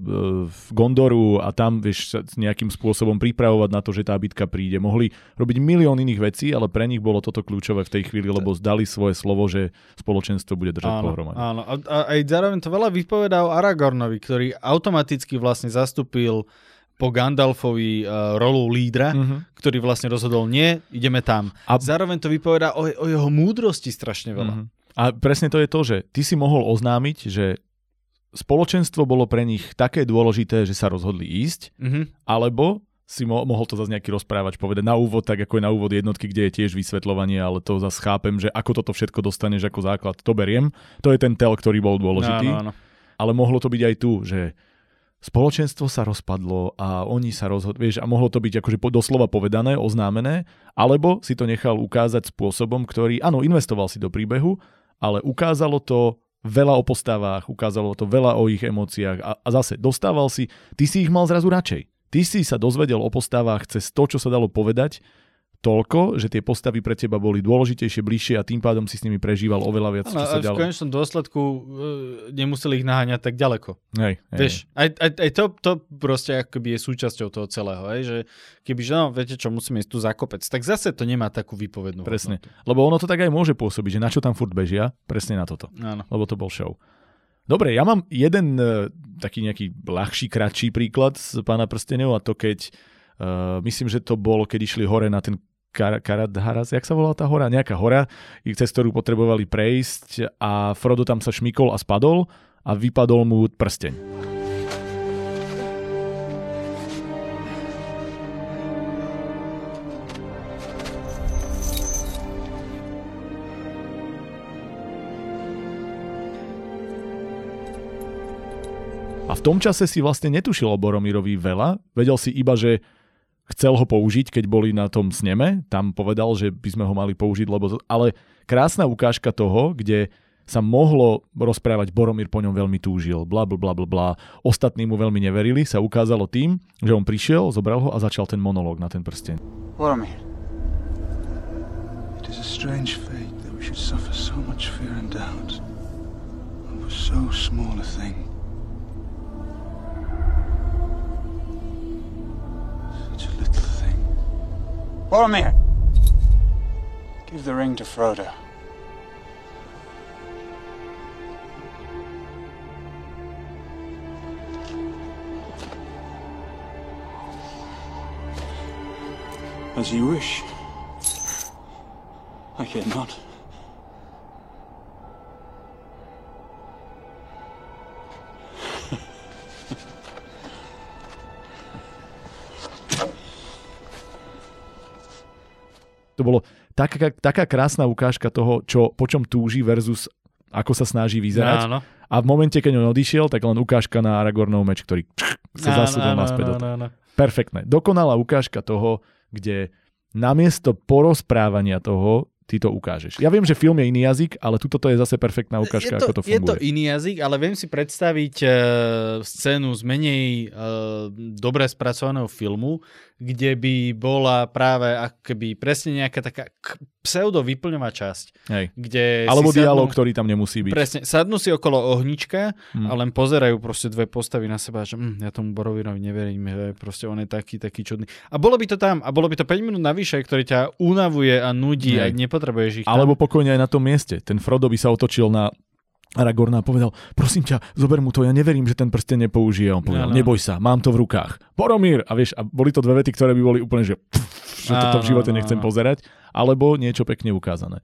Gondoru a tam, vieš, sa nejakým spôsobom pripravovať na to, že tá bitka príde. Mohli robiť milión iných vecí, ale pre nich bolo toto kľúčové v tej chvíli, lebo zdali svoje slovo, že spoločenstvo bude držať áno, pohromade. Áno, a, a aj zároveň to veľa vypovedá o Aragornovi, ktorý automaticky vlastne zastúpil po Gandalfovi uh, rolu lídra, uh-huh. ktorý vlastne rozhodol, nie, ideme tam. A zároveň to vypovedá o, o jeho múdrosti strašne veľa. Uh-huh. A presne to je to, že ty si mohol oznámiť, že spoločenstvo bolo pre nich také dôležité, že sa rozhodli ísť, uh-huh. alebo si mo- mohol to zase nejaký rozprávač povedať na úvod, tak ako je na úvod jednotky, kde je tiež vysvetľovanie, ale to zase chápem, že ako toto všetko dostaneš ako základ, to beriem. To je ten tel, ktorý bol dôležitý. Áno, áno. Ale mohlo to byť aj tu, že spoločenstvo sa rozpadlo a oni sa rozhodli, vieš, a mohlo to byť akože doslova povedané, oznámené, alebo si to nechal ukázať spôsobom, ktorý, áno, investoval si do príbehu, ale ukázalo to veľa o postavách, ukázalo to veľa o ich emóciách a, a zase dostával si, ty si ich mal zrazu radšej. Ty si sa dozvedel o postavách cez to, čo sa dalo povedať, toľko, že tie postavy pre teba boli dôležitejšie, bližšie a tým pádom si s nimi prežíval oveľa viac, čo ano, sa ďalej. A v konečnom dôsledku uh, nemuseli ich naháňať tak ďaleko. Hej, hej, Vieš, aj, aj, aj to, to proste akoby je súčasťou toho celého, hej, že kebyže, no, viete čo, musíme ísť tu za kopec, tak zase to nemá takú výpovednú presne. hodnotu. Lebo ono to tak aj môže pôsobiť, že na čo tam furt bežia, presne na toto. Áno. Lebo to bol show. Dobre, ja mám jeden uh, taký nejaký ľahší, kratší príklad z Pána prstenov a to keď, uh, myslím, že to bolo, keď išli hore na ten Kar- Karadharas, jak sa volala tá hora? Nejaká hora, cez ktorú potrebovali prejsť a Frodo tam sa šmykol a spadol a vypadol mu prsteň. A v tom čase si vlastne netušil o Boromirovi veľa, vedel si iba, že chcel ho použiť, keď boli na tom sneme, tam povedal, že by sme ho mali použiť, lebo... ale krásna ukážka toho, kde sa mohlo rozprávať, Boromír po ňom veľmi túžil, bla bla bla bla, ostatní mu veľmi neverili, sa ukázalo tým, že on prišiel, zobral ho a začal ten monológ na ten prsteň. Boromír, it is a strange fate that we should suffer so much fear and doubt over so small a thing. Such a little thing. Boromir! Give the ring to Frodo. As you wish. I care not. To bolo taká, taká krásna ukážka toho, čo, po čom túži versus ako sa snaží vyzerať. Áno. A v momente, keď on odišiel, tak len ukážka na Aragornov meč, ktorý sa zasúdil naspäť. Perfektné. Dokonalá ukážka toho, kde namiesto porozprávania toho ty to ukážeš. Ja viem, že film je iný jazyk, ale tuto to je zase perfektná ukážka, je to, ako to funguje. Je to iný jazyk, ale viem si predstaviť uh, scénu z menej uh, dobre spracovaného filmu, kde by bola práve akoby presne nejaká taká pseudo-vyplňová časť. Hej. Kde alebo si dialog, sadnú, ktorý tam nemusí byť. Presne, sadnú si okolo ohnička hmm. a len pozerajú proste dve postavy na seba, že hm, ja tomu Borovirovi neverím, že proste on je taký, taký čudný. A bolo by to tam, a bolo by to päť minút navyše, ktorý ťa unavuje a nudí a nepotrebuješ ich tam. Alebo pokojne aj na tom mieste. Ten Frodo by sa otočil na Aragorna a povedal, prosím ťa, zober mu to, ja neverím, že ten prsteň nepoužije. On povedal, no, no. neboj sa, mám to v rukách. Boromír! A vieš, a boli to dve vety, ktoré by boli úplne, že, pff, že toto v živote nechcem pozerať. Alebo niečo pekne ukázané.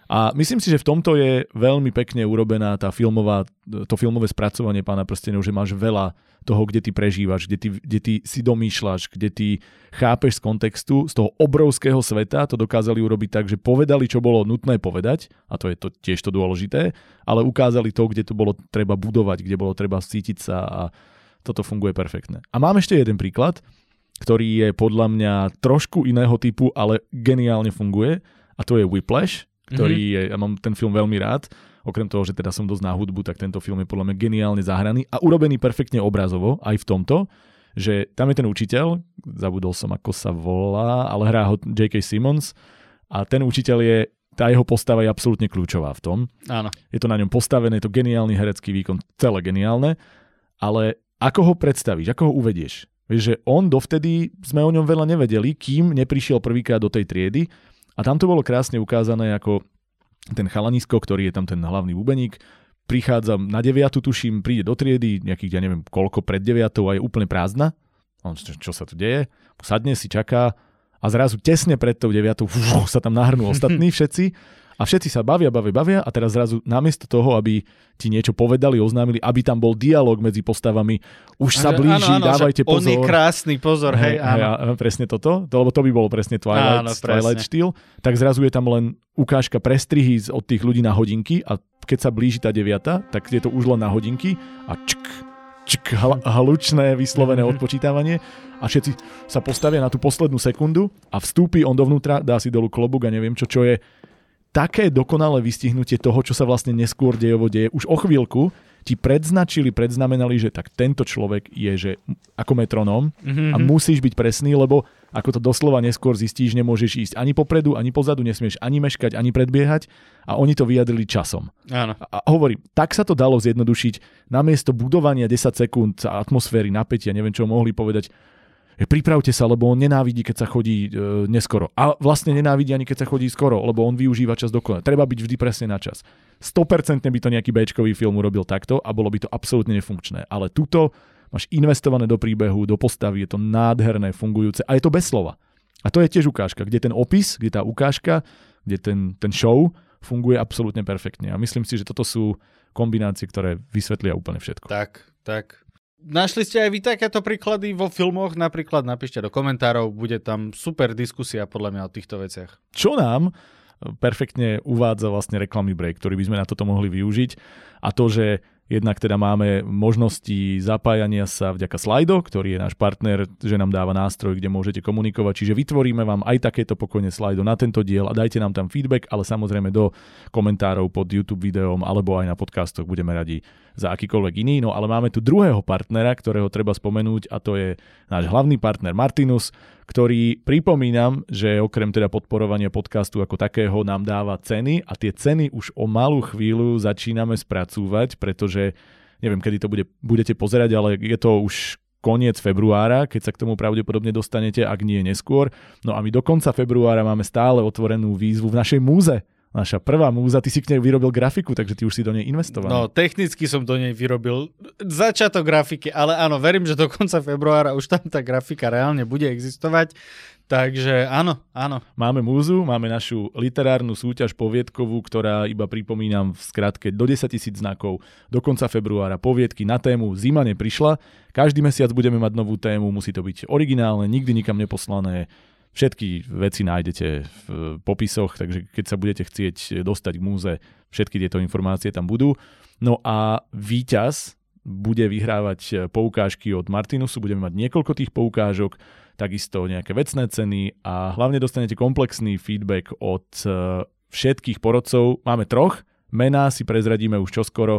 A myslím si, že v tomto je veľmi pekne urobená tá filmová, to filmové spracovanie Pána prstenov, že máš veľa toho, kde ty prežívaš, kde ty, kde ty si domýšľaš, kde ty chápeš z kontextu, z toho obrovského sveta, to dokázali urobiť tak, že povedali, čo bolo nutné povedať, a to je to, tiež to dôležité, ale ukázali to, kde to bolo treba budovať, kde bolo treba cítiť sa a toto funguje perfektne. A mám ešte jeden príklad, ktorý je podľa mňa trošku iného typu, ale geniálne funguje, a to je Whiplash, ktorý je, ja mám ten film veľmi rád, okrem toho, že teda som dosť na hudbu, tak tento film je podľa mňa geniálne zahraný a urobený perfektne obrazovo, aj v tomto, že tam je ten učiteľ, zabudol som, ako sa volá, ale hrá ho J K. Simmons a ten učiteľ je, tá jeho postava je absolútne kľúčová v tom. Áno. Je to na ňom postavené, je to geniálny herecký výkon, celé geniálne, ale ako ho predstavíš, ako ho uvedieš? Vieš, že on dovtedy, sme o ňom veľa nevedeli, kým neprišiel prvýkrát do tej triedy. A tam to bolo krásne ukázané, ako ten chalanisko, ktorý je tam ten hlavný bubeník, prichádza na deviatu, tuším, príde do triedy, nejakých, ja neviem, koľko pred deviatou a je úplne prázdna. On, čo, čo sa tu deje? Sadne si, čaká a zrazu tesne pred tou deviatou sa tam nahrnú ostatní všetci a všetci sa bavia, bavia, bavia a teraz zrazu namiesto toho, aby ti niečo povedali, oznámili, aby tam bol dialog medzi postavami, už sa blíži, áno, áno, dávajte pozor. On je krásny, pozor, hej, hej áno. Hej, presne toto, to, lebo to by bolo presne Twilight, áno, Twilight štýl. Tak zrazu je tam len ukážka prestrihy od tých ľudí na hodinky a keď sa blíži tá deviata, tak je to už len na hodinky a čk, čk, hl- hlučné vyslovené odpočítavanie a všetci sa postavia na tú poslednú sekundu a vstúpi on dovnútra, dá si dolu klobúk a neviem čo, čo je také dokonalé vystihnutie toho, čo sa vlastne neskôr dejovo deje. Už o chvíľku ti predznačili, predznamenali, že tak tento človek je že ako metronóm mm-hmm. a musíš byť presný, lebo ako to doslova neskôr zistíš, nemôžeš ísť ani popredu, ani pozadu, nesmieš ani meškať, ani predbiehať a oni to vyjadrili časom. Áno. A hovorím, tak sa to dalo zjednodušiť. Namiesto budovania desať sekúnd atmosféry, napätia, neviem čo mohli povedať, pripravte sa, lebo on nenávidí, keď sa chodí e, neskoro. A vlastne nenávidí ani keď sa chodí skoro, lebo on využíva čas dokonale. Treba byť vždy presne na čas. sto percent by to nejaký béčkový film urobil takto a bolo by to absolútne nefunkčné. Ale tuto máš investované do príbehu, do postavy, je to nádherné, fungujúce a je to bez slova. A to je tiež ukážka, kde ten opis, kde tá ukážka, kde ten, ten show funguje absolútne perfektne. A myslím si, že toto sú kombinácie, ktoré vysvetlia úplne všetko. Tak, tak. Našli ste aj vy takéto príklady vo filmoch? Napríklad napíšte do komentárov, bude tam super diskusia podľa mňa o týchto veciach. Čo nám perfektne uvádza vlastne reklamný break, ktorý by sme na toto mohli využiť a to, že jednak teda máme možnosti zapájania sa vďaka Slido, ktorý je náš partner, že nám dáva nástroj, kde môžete komunikovať. Čiže vytvoríme vám aj takéto pokojne Slido na tento diel a dajte nám tam feedback, ale samozrejme do komentárov pod YouTube videom alebo aj na podcastoch budeme radi za akýkoľvek iný. No ale máme tu druhého partnera, ktorého treba spomenúť a to je náš hlavný partner Martinus, ktorý, pripomínam, že okrem teda podporovania podcastu ako takého nám dáva ceny a tie ceny už o malú chvíľu začíname spracúvať, pretože neviem, kedy to bude, budete pozerať, ale je to už koniec februára, keď sa k tomu pravdepodobne dostanete, ak nie neskôr. No a my do konca februára máme stále otvorenú výzvu v našej múze. Naša prvá múza, ty si k nej vyrobil grafiku, takže ty už si do nej investoval. No, technicky som do nej vyrobil začiatok grafiky, ale áno, verím, že do konca februára už tam tá grafika reálne bude existovať. Takže áno, áno. Máme múzu, máme našu literárnu súťaž poviedkovú, ktorá iba pripomínam v skratke do desaťtisíc znakov do konca februára. Poviedky na tému Zima neprišla. Každý mesiac budeme mať novú tému, musí to byť originálne, nikdy nikam neposlané. Všetky veci nájdete v popisoch, takže keď sa budete chcieť dostať k múze, všetky tieto informácie tam budú. No a víťaz bude vyhrávať poukážky od Martinusu, budeme mať niekoľko tých poukážok, takisto nejaké vecné ceny a hlavne dostanete komplexný feedback od všetkých porodcov. Máme troch, mená si prezradíme už čoskoro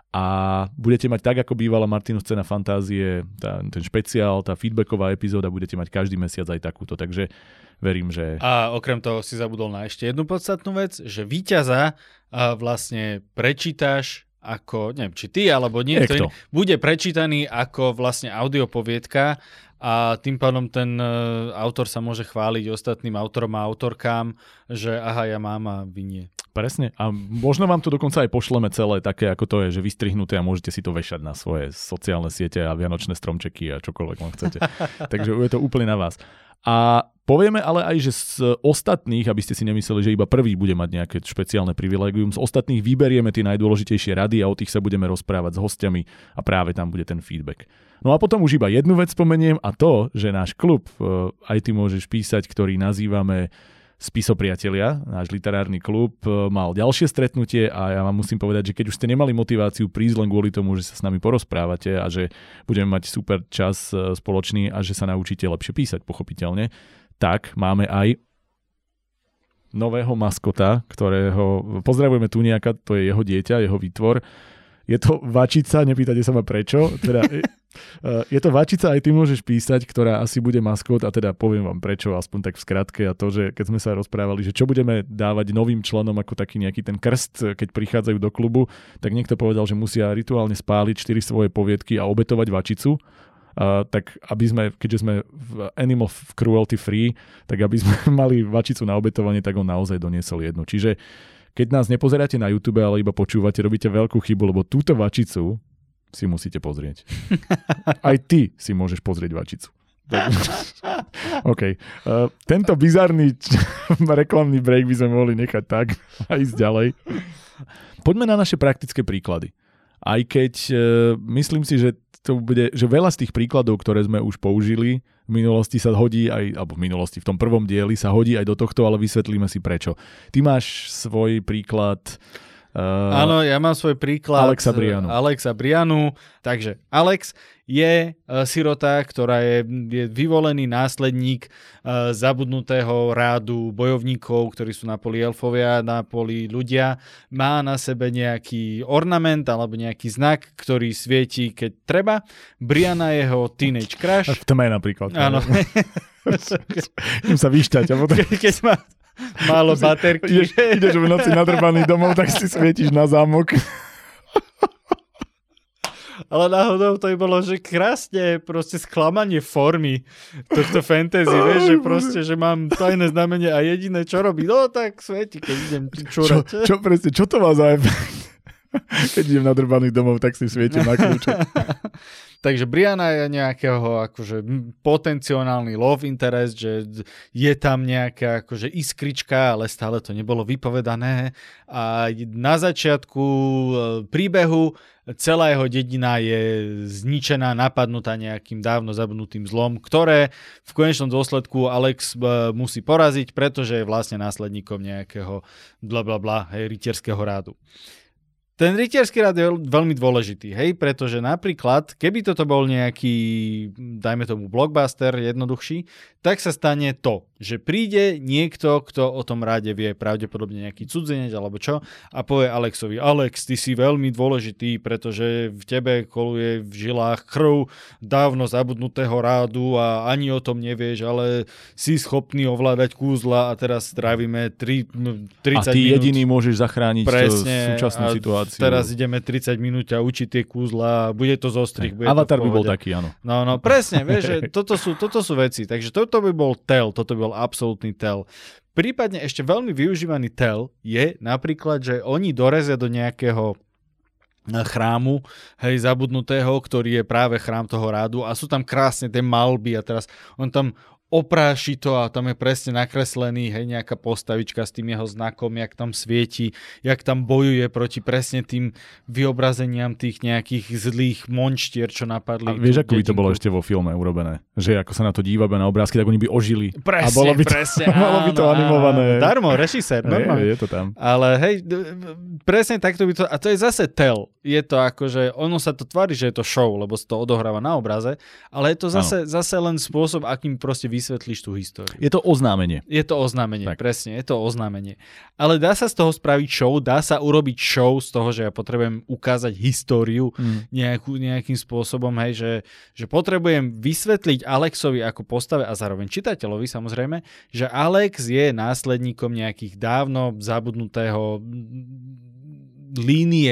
a budete mať tak, ako bývala Martinus Cena fantázie, tá, ten špeciál, tá feedbacková epizóda, budete mať každý mesiac aj takúto, takže verím, že... A okrem toho si zabudol na ešte jednu podstatnú vec, že víťaza vlastne prečítaš ako, neviem, či ty, alebo niekto, bude prečítaný ako vlastne audiopoviedka a tým pádom ten uh, autor sa môže chváliť ostatným autorom a autorkám, že aha, ja mám a vy nie. Presne. A možno vám to dokonca aj pošleme celé také, ako to je, že vystrihnuté a môžete si to vešať na svoje sociálne siete a vianočné stromčeky a čokoľvek vám chcete. Takže je to úplne na vás. A Povieme ale aj, že z ostatných, aby ste si nemysleli, že iba prvý bude mať nejaké špeciálne privilégium, z ostatných vyberieme tie najdôležitejšie rady a o tých sa budeme rozprávať s hostiami a práve tam bude ten feedback. No a potom už iba jednu vec spomeniem a to, že náš klub, aj ty môžeš písať, ktorý nazývame Spisopriatelia, náš literárny klub, mal ďalšie stretnutie a ja vám musím povedať, že keď už ste nemali motiváciu prísť len kvôli tomu, že sa s nami porozprávate a že budeme mať super čas spoločný a že sa naučíte lepšie písať, pochopiteľne, tak máme aj nového maskota, ktorého pozdravujeme tu nejaká, to je jeho dieťa, jeho výtvor. Je to vačica, nepýtate sa ma prečo, teda je to vačica, aj ty môžeš písať, ktorá asi bude maskot a teda poviem vám prečo, aspoň tak v skratke a to, že keď sme sa rozprávali, že čo budeme dávať novým členom ako taký nejaký ten krst, keď prichádzajú do klubu, tak niekto povedal, že musia rituálne spáliť štyri svoje poviedky a obetovať vačicu. Uh, tak aby sme, keďže sme v Animal Cruelty Free, tak aby sme mali vačicu na obetovanie, tak on naozaj doniesol jednu. Čiže keď nás nepozeráte na YouTube, ale iba počúvate, robíte veľkú chybu, lebo túto vačicu si musíte pozrieť. Aj ty si môžeš pozrieť vačicu. OK. Uh, tento bizarný reklamný break by sme mohli nechať tak a ísť ďalej. Poďme na naše praktické príklady. Aj keď uh, myslím si, že to bude, že veľa z tých príkladov, ktoré sme už použili v minulosti sa hodí aj, alebo v minulosti, v tom prvom dieli sa hodí aj do tohto, ale vysvetlíme si prečo. Ty máš svoj príklad... Uh, Áno, ja mám svoj príklad Alexa Brianu. Alexa Brianu. Takže Alex je uh, sirota, ktorá je, je vyvolený následník uh, zabudnutého rádu bojovníkov, ktorí sú na poli elfovia, na poli ľudia. Má na sebe nejaký ornament alebo nejaký znak, ktorý svieti, keď treba. Briana je jeho teenage crush. V tme napríklad. Áno. Im sa vyšťať. A potom... Keď má málo baterky. Ideš, ideš v noci nadrbaný domov, tak si svietiš na zámok. Ale náhodou to by bolo, že krásne proste sklamanie formy tohto fantasy, vieš, že proste, že mám tajné znamenie a jediné, čo robí, no tak svieti, keď idem čúrať. Čo, čo presne, čo to má za efekt? Keď idem nadrbaný domov, tak si svietim na kľúče. Takže Briana je nejakého akože potenciálny love interest, že je tam nejaká akože iskrička, ale stále to nebolo vypovedané. A na začiatku príbehu celá jeho dedina je zničená, napadnutá nejakým dávno zabudnutým zlom, ktoré v konečnom dôsledku Alex musí poraziť, pretože je vlastne následníkom nejakého blablabla, hej, rytierského rádu. Ten rytierský rád je veľmi dôležitý, hej, pretože napríklad, keby toto bol nejaký, dajme tomu blockbuster, jednoduchší, tak sa stane to, že príde niekto, kto o tom ráde vie, pravdepodobne nejaký cudzinec alebo čo, a povie Alexovi, Alex, ty si veľmi dôležitý, pretože v tebe koluje v žilách krv dávno zabudnutého rádu a ani o tom nevieš, ale si schopný ovládať kúzla a teraz strávime tridsať minút. A ty jediný môžeš zachrániť presne, súčasnú situáciu. Teraz ideme tridsať minút a učiť tie kúzla, bude to zostrih. Bude Avatar to by bol taký, áno. No, no, presne, vieš, že toto sú, toto sú veci. Takže toto by bol tel, toto by bol absolútny tel. Prípadne ešte veľmi využívaný tel je napríklad, že oni dorezia do nejakého chrámu, hej, zabudnutého, ktorý je práve chrám toho rádu a sú tam krásne tie malby a teraz on tam opráši to a tam je presne nakreslený, hej, nejaká postavička s tým jeho znakom, jak tam svieti, jak tam bojuje proti presne tým vyobrazeniam tých nejakých zlých monštier, čo napadli. A vieš, ako by to bolo ešte vo filme urobené? Že ako sa na to dívame na obrázky, tak oni by ožili. Presne, a bolo by to, presne. Malo by to áno, animované. Áno, darmo, režisér, normálne. Je, je to tam. Ale hej, presne takto by to, a to je zase tel. Je to ako, že ono sa to tvári, že je to show, lebo sa to odohráva na obraze, ale je to zase, zase len spôsob, akým proste vysvetlíš tú históriu. Je to oznámenie. Je to oznámenie, tak. Presne, je to oznámenie. Ale dá sa z toho spraviť show, dá sa urobiť show z toho, že ja potrebujem ukázať históriu mm. nejakú, nejakým spôsobom, hej, že, že potrebujem vysvetliť Alexovi ako postave a zároveň čitateľovi samozrejme, že Alex je následníkom nejakých dávno zabudnutého línie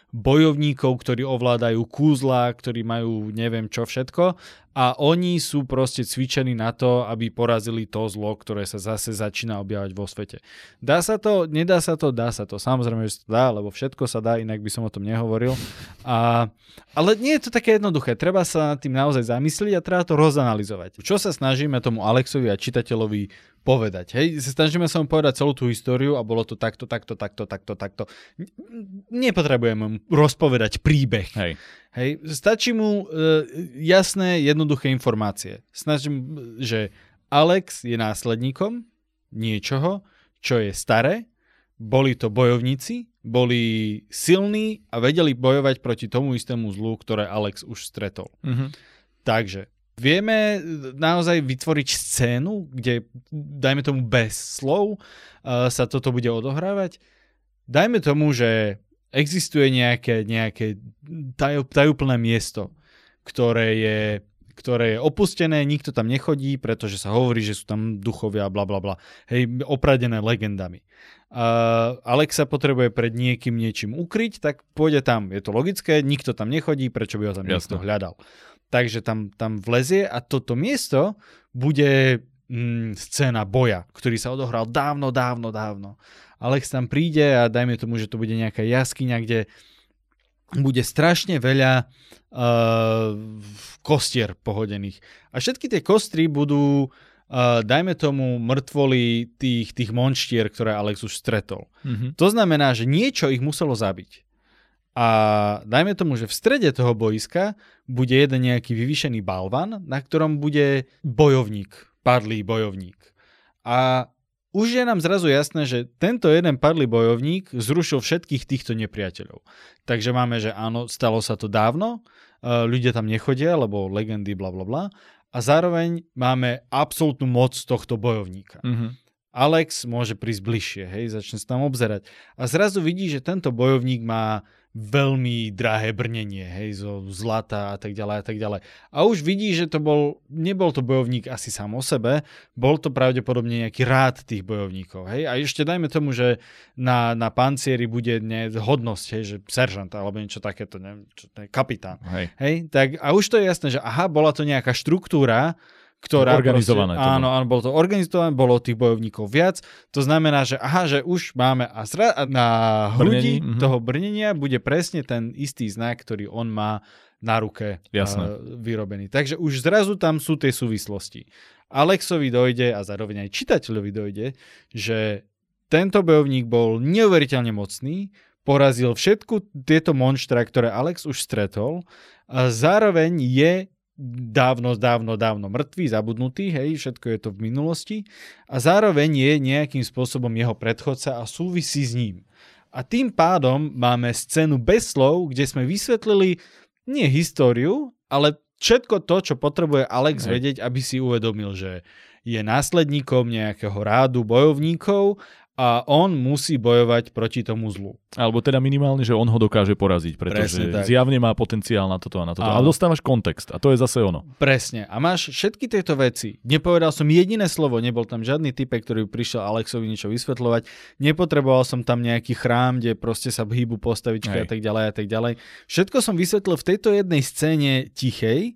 bojovníkov, ktorí ovládajú kúzla, ktorí majú neviem čo všetko a oni sú proste cvičení na to, aby porazili to zlo, ktoré sa zase začína objavať vo svete. Dá sa to? Nedá sa to? Dá sa to. Samozrejme, že sa to dá, lebo všetko sa dá, inak by som o tom nehovoril. A, ale nie je to také jednoduché. Treba sa nad tým naozaj zamyslieť a treba to rozanalizovať. Čo sa snažíme tomu Alexovi a čitateľovi povedať? Hej, snažíme sa mu povedať celú tú históriu a bolo to takto, takto, takto, takto, takto. Nepotrebujeme mu rozpovedať príbeh. Hej. Hej, stačí mu e, jasné, jednoduché informácie. Snažím, že Alex je následníkom niečoho, čo je staré, boli to bojovníci, boli silní a vedeli bojovať proti tomu istému zlu, ktoré Alex už stretol. Mm-hmm. Takže vieme naozaj vytvoriť scénu, kde, dajme tomu bez slov, uh, sa toto bude odohrávať. Dajme tomu, že existuje nejaké, nejaké taj, tajúplné miesto, ktoré je, ktoré je opustené, nikto tam nechodí, pretože sa hovorí, že sú tam duchovia, bla bla bla. Hej, opradené legendami. Uh, Alex sa potrebuje pred niekým niečím ukryť, tak pôjde tam. Je to logické, nikto tam nechodí, prečo by ho tam niekto hľadal. Takže tam, tam vlezie a toto miesto bude mm, scéna boja, ktorý sa odohral dávno, dávno, dávno. Alex tam príde a dajme tomu, že to bude nejaká jaskyňa, kde bude strašne veľa uh, kostier pohodených. A všetky tie kostry budú, uh, dajme tomu, mŕtvoly tých, tých monštier, ktoré Alex už stretol. Mm-hmm. To znamená, že niečo ich muselo zabiť. A dajme tomu, že v strede toho boiska bude jeden nejaký vyvýšený balvan, na ktorom bude bojovník, padlý bojovník. A už je nám zrazu jasné, že tento jeden padlý bojovník zrušil všetkých týchto nepriateľov. Takže máme, že áno, stalo sa to dávno, ľudia tam nechodia, lebo legendy, bla bla bla. A zároveň máme absolútnu moc tohto bojovníka. Mm-hmm. Alex môže prísť bližšie, hej, začne sa tam obzerať. A zrazu vidí, že tento bojovník má veľmi drahé brnenie, hej, zo zlata a tak ďalej a tak ďalej. A už vidí, že to bol, nebol to bojovník asi sám o sebe, bol to pravdepodobne nejaký rád tých bojovníkov, hej. A ešte dajme tomu, že na, na pancieri bude ne, hodnosť, hej, že seržant alebo niečo takéto, neviem, čo to je, kapitán. Hej. Hej, tak a už to je jasné, že aha, bola to nejaká štruktúra, ktorá organizované. Proste, áno, áno, bolo to organizované, bolo tých bojovníkov viac. To znamená, že aha, že už máme a zra, na hrudi Brnení, toho brnenia bude presne ten istý znak, ktorý on má na ruke uh, vyrobený. Takže už zrazu tam sú tie súvislosti. Alexovi dojde a zároveň aj čitateľovi dojde, že tento bojovník bol neuveriteľne mocný, porazil všetku tieto monštra, ktoré Alex už stretol a zároveň je dávno, dávno, dávno mŕtvý, zabudnutý, hej, všetko je to v minulosti a zároveň je nejakým spôsobom jeho predchodca a súvisí s ním. A tým pádom máme scénu bez slov, kde sme vysvetlili nie históriu, ale všetko to, čo potrebuje Alex hej. vedieť, aby si uvedomil, že je následníkom nejakého rádu bojovníkov a on musí bojovať proti tomu zlu. Alebo teda minimálne, že on ho dokáže poraziť, pretože zjavne má potenciál na toto a na toto. Ale dostávaš kontext a to je zase ono. Presne. A máš všetky tieto veci. Nepovedal som jediné slovo, nebol tam žiadny typek, ktorý prišiel Alexovi niečo vysvetľovať. Nepotreboval som tam nejaký chrám, kde proste sa hýbu postavičky a tak ďalej a tak ďalej. Všetko som vysvetlil v tejto jednej scéne tichej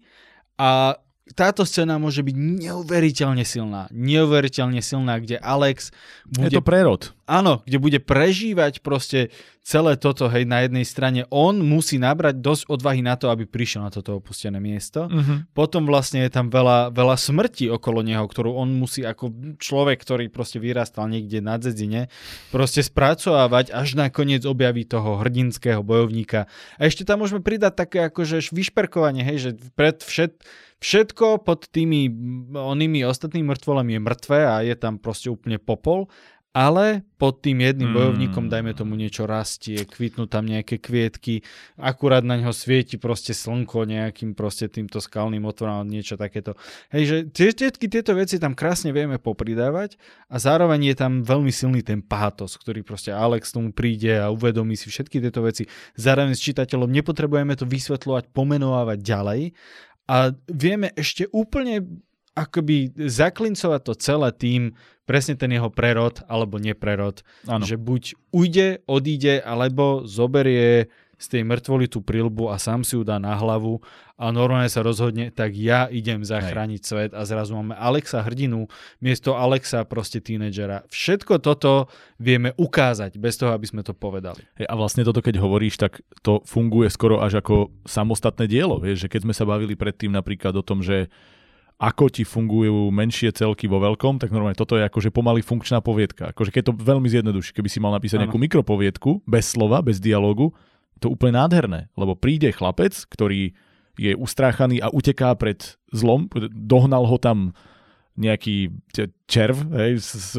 a táto scéna môže byť neuveriteľne silná. Neuveriteľne silná, kde Alex bude... Je to prerod. Áno, kde bude prežívať proste celé toto, hej, na jednej strane. On musí nabrať dosť odvahy na to, aby prišiel na toto opustené miesto. Uh-huh. Potom vlastne je tam veľa, veľa smrti okolo neho, ktorú on musí ako človek, ktorý proste vyrastal niekde na dzedzine, proste spracovávať, až nakoniec objaví toho hrdinského bojovníka. A ešte tam môžeme pridať také akože vyšperkovanie, hej, že pred všet, všetko pod tými onými ostatnými mŕtvolami je mŕtve a je tam proste úplne popol. Ale pod tým jedným mm. bojovníkom, dajme tomu, niečo rastie, kvitnú tam nejaké kvietky, akurát na ňo svieti proste slnko nejakým proste týmto skalným otvorom, niečo takéto. Hej, že všetky tieto veci tam krásne vieme popridávať a zároveň je tam veľmi silný ten pátos, ktorý proste Alex tomu príde a uvedomí si všetky tieto veci. Zároveň s čitateľom nepotrebujeme to vysvetľovať, pomenovávať ďalej a vieme ešte úplne akoby zaklincovať to celé tým, presne ten jeho prerod alebo neprerod, ano. Že buď ujde, odíde, alebo zoberie z tej mŕtvoly tú prilbu a sám si ju dá na hlavu a normálne sa rozhodne, tak ja idem zachrániť Hej. svet a zrazu máme Alexa hrdinu, miesto Alexa proste tínedžera. Všetko toto vieme ukázať bez toho, aby sme to povedali. Hej, a vlastne toto, keď hovoríš, tak to funguje skoro až ako samostatné dielo. Vieš, že keď sme sa bavili predtým napríklad o tom, že ako ti fungujú menšie celky vo veľkom, tak normálne toto je akože pomaly funkčná poviedka. Akože keď to veľmi zjednoduší, keby si mal napísať ano. nejakú mikropoviedku, bez slova, bez dialógu, to je úplne nádherné, lebo príde chlapec, ktorý je ustráchaný a uteká pred zlom, dohnal ho tam nejaký červ, hej, s,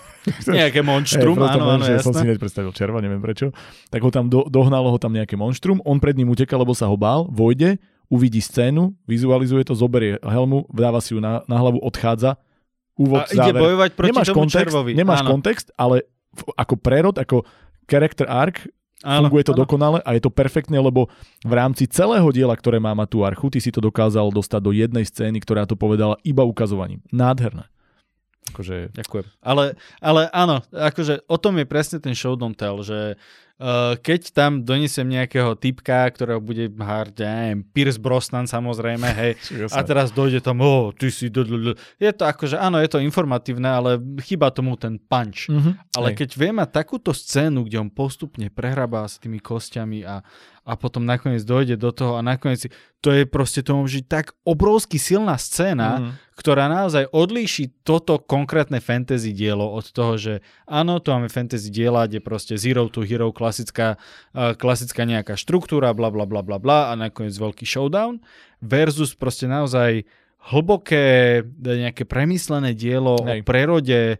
nejaké monštrum, hey, áno, áno, jasné. Som si hneď predstavil červa, neviem prečo. Tak ho tam do, dohnalo ho tam nejaké monštrum, on pred ním uteká, lebo sa ho bál, vojde, uvidí scénu, vizualizuje to, zoberie helmu, dáva si ju na, na hlavu, odchádza, úvod, a ide záver. bojovať proti nemáš tomu kontext, červovi. Nemáš áno. kontext, ale ako prerod, ako character arc, áno, funguje to áno. dokonale a je to perfektné, lebo v rámci celého diela, ktoré má mať tú archu, ty si to dokázal dostať do jednej scény, ktorá to povedala iba ukazovaním. Nádherné. Akože... Ďakujem. Ale, ale áno, akože o tom je presne ten show don't tell, že uh, keď tam donesem nejakého typka, ktorého bude hard, ja neviem, Pierce Brosnan samozrejme, hej, a teraz dojde tam, oh, ty si... Je to akože, áno, je to informatívne, ale chýba tomu ten punch. Mm-hmm. Ale hej. keď vie mať takúto scénu, kde on postupne prehrabá s tými kostiami a, a potom nakoniec dojde do toho a nakoniec... To je proste, to môže byť tak obrovsky silná scéna, mm. ktorá naozaj odlíši toto konkrétne fantasy dielo od toho, že áno, tu máme fantasy diela, kde proste zero to hero, klasická, uh, klasická nejaká štruktúra, bla bla bla bla bla a nakoniec veľký showdown versus proste naozaj hlboké, nejaké premyslené dielo Hej. o prerode,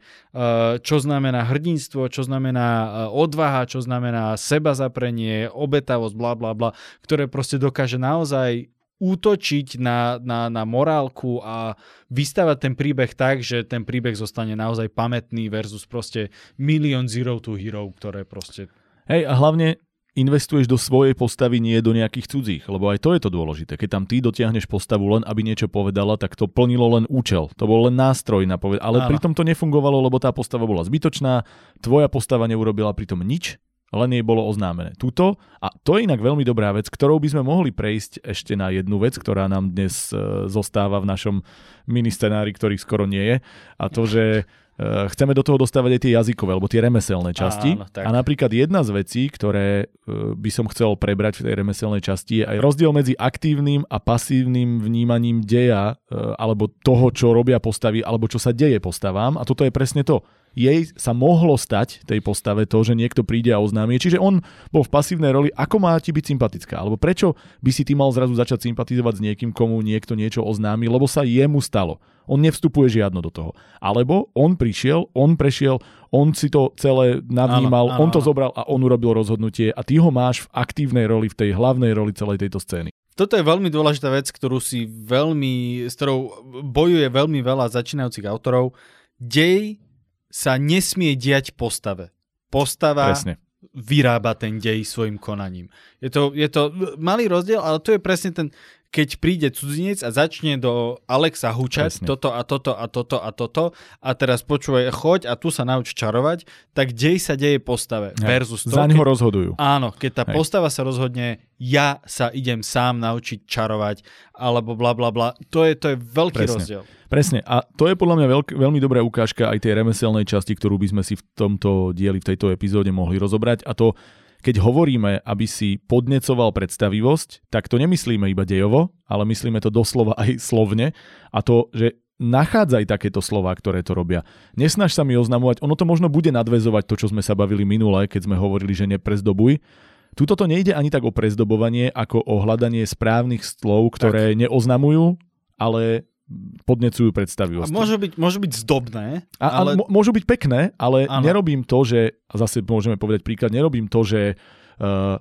čo znamená hrdinstvo, čo znamená odvaha, čo znamená sebazaprenie, obetavosť, bla bla bla, ktoré proste dokáže naozaj útočiť na, na, na morálku a vystavať ten príbeh tak, že ten príbeh zostane naozaj pamätný versus proste milión zero to hero, ktoré proste... Hej, a hlavne investuješ do svojej postavy, nie do nejakých cudzích, lebo aj to je to dôležité. Keď tam ty dotiahneš postavu len, aby niečo povedala, tak to plnilo len účel. To bol len nástroj na poved- ale Áno. pritom to nefungovalo, lebo tá postava bola zbytočná, tvoja postava neurobila pritom nič, len jej bolo oznámené. Tuto, a to je inak veľmi dobrá vec, ktorou by sme mohli prejsť ešte na jednu vec, ktorá nám dnes e, zostáva v našom miniscenári, ktorý skoro nie je, a to, že chceme do toho dostávať aj tie jazykové, alebo tie remeselné časti. Áno, a napríklad jedna z vecí, ktoré by som chcel prebrať v tej remeselnej časti, je aj rozdiel medzi aktívnym a pasívnym vnímaním deja, alebo toho, čo robia postavy, alebo čo sa deje postavám. A toto je presne to. Jej sa mohlo stať, tej postave, to, že niekto príde a oznámi. Čiže on bol v pasívnej roli, ako má ti byť sympatická? Alebo prečo by si ty mal zrazu začať sympatizovať s niekým, komu niekto niečo oznámi, lebo sa jemu stalo. On nevstupuje žiadno do toho. Alebo on prišiel, on prešiel, on si to celé navnímal, áno, áno, on to áno. zobral a on urobil rozhodnutie a ty ho máš v aktívnej roli, v tej hlavnej roli celej tejto scény. Toto je veľmi dôležitá vec, ktorú si veľmi, s ktorou bojuje veľmi veľa začínajúcich autorov. Dej sa nesmie diať postave. Postava presne. Vyrába ten dej svojim konaním. Je to, je to malý rozdiel, ale to je presne ten, keď príde cudzinec a začne do Alexa hučať presne. toto a toto a toto a toto a teraz počuje, choď a tu sa nauč čarovať, tak dej sa deje postave. Hej. Versus to, za neho keď, rozhodujú. Áno, keď tá Hej. postava sa rozhodne, ja sa idem sám naučiť čarovať, alebo bla bla bla. To je, to je veľký presne. rozdiel. Presne. A to je podľa mňa veľk, veľmi dobrá ukážka aj tej remeselnej časti, ktorú by sme si v tomto dieli, v tejto epizóde mohli rozobrať. A to, keď hovoríme, aby si podnecoval predstavivosť, tak to nemyslíme iba dejovo, ale myslíme to doslova aj slovne. A to, že nachádzaj takéto slová, ktoré to robia. Nesnaž sa mi oznamovať. Ono to možno bude nadväzovať to, čo sme sa bavili minule, keď sme hovorili, že neprezdobuj. Tuto to nejde ani tak o prezdobovanie, ako o hľadanie správnych slov, ktoré tak. neoznamujú, ale podnecujú predstavivosť. Môžu byť, môžu byť zdobné. A, ale... a, môžu byť pekné, ale ano. nerobím to, že, a zase môžeme povedať príklad, nerobím to, že uh,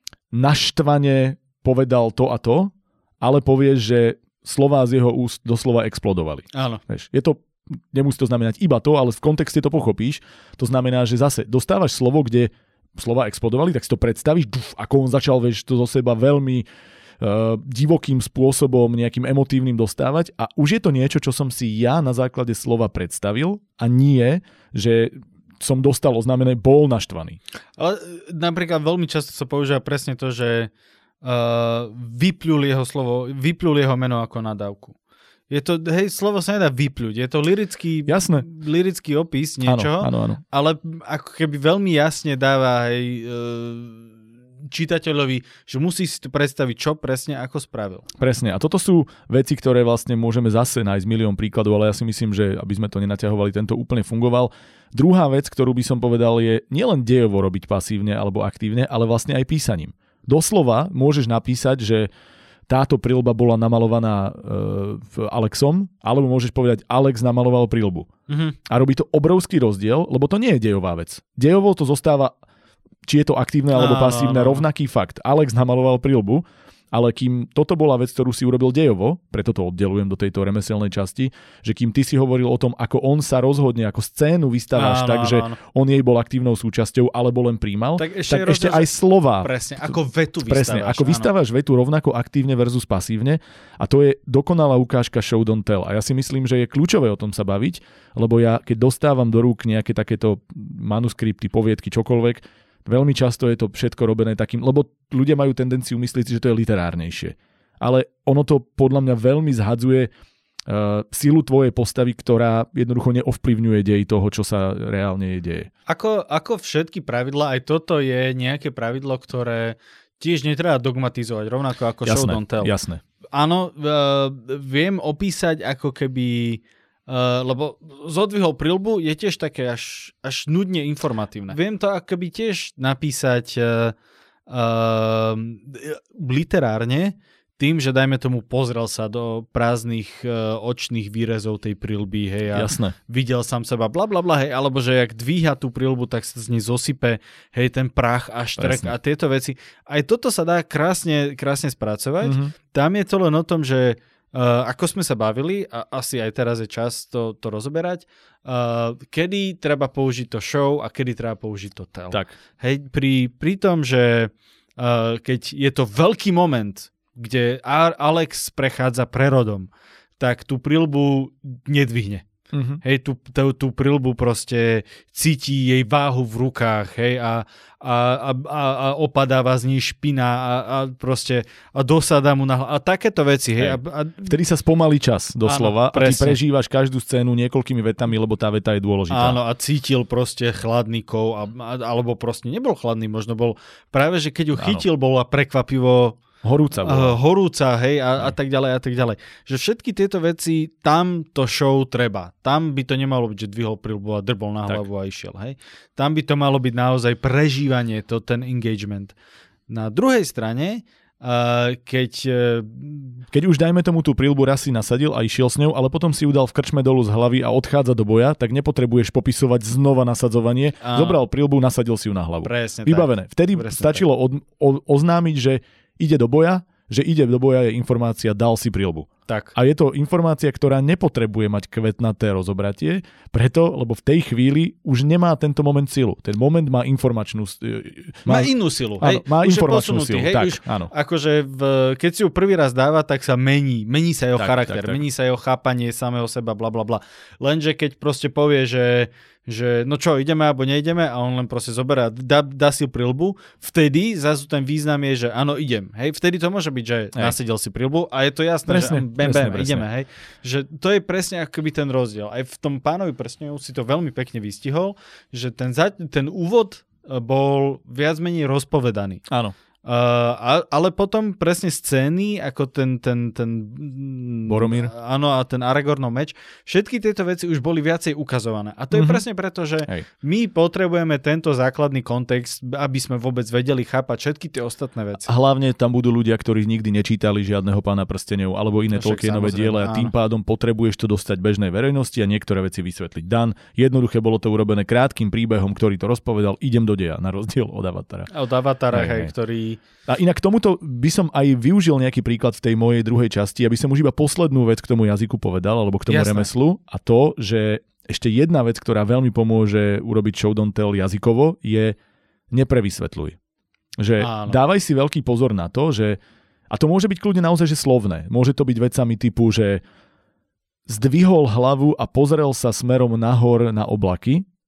naštvane povedal to a to, ale povieš, že slová z jeho úst doslova explodovali. Áno. Je to, nemusí to znamenať iba to, ale v kontexte to pochopíš. To znamená, že zase dostávaš slovo, kde slova explodovali, tak si to predstavíš, duf, ako on začal, vieš, to zo seba veľmi Uh, divokým spôsobom, nejakým emotívnym dostávať a už je to niečo, čo som si ja na základe slova predstavil a nie, že som dostal oznámené, bol naštvaný. Ale napríklad veľmi často sa používa presne to, že uh, vypľul jeho slovo, vypľul jeho meno ako nadávku. Je to, hej, slovo sa nedá vypľuť. Je to lirický, Jasné. lirický opis niečoho, áno, áno, áno. ale ako keby veľmi jasne dáva aj e, čitateľovi, že musí si tu predstaviť, čo presne ako spravil. Presne. A toto sú veci, ktoré vlastne môžeme zase nájsť milión príkladov, ale ja si myslím, že aby sme to nenaťahovali, tento úplne fungoval. Druhá vec, ktorú by som povedal, je nielen dejovo robiť pasívne alebo aktívne, ale vlastne aj písaním. Doslova môžeš napísať, že táto prilba bola namalovaná e, Alexom, alebo môžeš povedať, Alex namaloval prilbu. Mm-hmm. A robí to obrovský rozdiel, lebo to nie je dejová vec. Dejovo to zostáva, či je to aktívne alebo pasívne, no, no, no. rovnaký fakt. Alex namaloval prilbu, ale kým toto bola vec, ktorú si urobil dejovo, preto to oddelujem do tejto remeselnej časti, že kým ty si hovoril o tom, ako on sa rozhodne, ako scénu vystávaš áno, tak, áno, že áno. on jej bol aktívnou súčasťou, alebo len príjmal, tak ešte, tak ešte aj slova. Presne, ako vetu vystávaš. Presne, ako vystávaš áno. vetu rovnako aktívne versus pasívne a to je dokonalá ukážka show don't tell. A ja si myslím, že je kľúčové o tom sa baviť, lebo ja keď dostávam do rúk nejaké takéto manuskripty, poviedky, čokoľvek, veľmi často je to všetko robené takým, lebo ľudia majú tendenciu myslieť si, že to je literárnejšie. Ale ono to podľa mňa veľmi zhadzuje uh, silu tvojej postavy, ktorá jednoducho neovplyvňuje dej toho, čo sa reálne deje. Ako, ako všetky pravidlá, aj toto je nejaké pravidlo, ktoré tiež netreba dogmatizovať, rovnako ako jasné, show don't tell. Jasné. Áno, uh, viem opísať ako keby... Uh, lebo zodvihol prilbu je tiež také až, až nudne informatívne. Viem to akoby tiež napísať uh, uh, literárne tým, že dajme tomu pozrel sa do prázdnych uh, očných výrezov tej prilby, hej, a jasné. videl sám seba, bla bla bla, hej, alebo že jak dvíha tú prilbu, tak sa z nej zosype, hej, ten prach a štrk a tieto veci. Aj toto sa dá krásne, krásne spracovať. Mm-hmm. Tam je to len o tom, že Uh, ako sme sa bavili, a asi aj teraz je čas to, to rozoberať, uh, kedy treba použiť to show a kedy treba použiť to tell. Tak. Hej, pri, pri tom, že uh, keď je to veľký moment, kde Alex prechádza prerodom, tak tú prilbu nedvihne. Mm-hmm. Hej, tú, tú, tú prilbu proste cíti jej váhu v rukách, hej, a, a, a, a opadáva z nej špina a, a proste a dosadá mu na hlavu. A takéto veci, hej. hej. A, a... Vtedy sa spomalí čas, doslova, áno, a ty prežívaš každú scénu niekoľkými vetami, lebo tá veta je dôležitá. Áno, a cítil proste chladný kov, a, a, alebo proste nebol chladný, možno bol práve, že keď ju chytil, áno. bola prekvapivo Horúca bola. Uh, horúca, hej, a, a tak ďalej, a tak ďalej. Že všetky tieto veci, tam to show treba. Tam by to nemalo byť, že dvihol prilbu a drbol na hlavu tak. a išiel, hej. Tam by to malo byť naozaj prežívanie, to, ten engagement. Na druhej strane, uh, keď... Uh, keď už dajme tomu tú prilbu raz si nasadil a išiel s ňou, ale potom si ju dal v krčme dolu z hlavy a odchádza do boja, tak nepotrebuješ popisovať znova nasadzovanie. Uh, Zobral prilbu, nasadil si ju na hlavu. Presne Vybavené. Tak. Vtedy presne stačilo od, o, oznámiť, že ide do boja, že ide do boja je informácia, dal si prilbu. Tak. A je to informácia, ktorá nepotrebuje mať kvetnaté rozobratie, preto, lebo v tej chvíli už nemá tento moment silu. Ten moment má informačnú... Má, má inú silu. Áno, hej, má už informačnú silu. Hej, tak, už, áno. Akože v, keď si ju prvý raz dáva, tak sa mení. Mení sa jeho tak, charakter, tak, tak. mení sa jeho chápanie samého seba, bla bla bla. Lenže keď proste povie, že že no čo, ideme alebo neideme a on len proste zoberá, dá, dá si prilbu, vtedy zase ten význam je, že áno, idem. Hej, vtedy to môže byť, že hej. nasedel si prilbu a je to jasné, presne, že bam, bam, presne, ideme. Hej. Že to je presne akoby ten rozdiel. Aj v tom Pánovi prstňov si to veľmi pekne vystihol, že ten, ten úvod bol viac menej rozpovedaný. Áno. Uh, ale potom presne scény, ako ten, ten, ten Boromír. Áno, a ten Aragornov meč, všetky tieto veci už boli viacej ukazované. A to mm-hmm. je presne preto, že Hej. my potrebujeme tento základný kontext, aby sme vôbec vedeli chápať všetky tie ostatné veci. A hlavne tam budú ľudia, ktorí nikdy nečítali žiadneho Pána prstenov alebo iné Tolkienové diela a tým pádom potrebuješ to dostať bežnej verejnosti a niektoré veci vysvetliť. Dan, jednoduché bolo to urobené krátkým príbehom, ktorý to rozpovedal, idem do deja, na rozdiel od Avatara. Od Avatara, hej, hej, ktorý A inak tomuto by som aj využil nejaký príklad v tej mojej druhej časti, aby som už iba poslednú vec k tomu jazyku povedal, alebo k tomu Jasné. remeslu. A to, že ešte jedna vec, ktorá veľmi pomôže urobiť show don't tell jazykovo, je neprevysvetľuj. Že Áno. dávaj si veľký pozor na to, že a to môže byť kľudne naozaj že slovné. Môže to byť vecami typu, že zdvihol hlavu a pozrel sa smerom nahor na oblaky,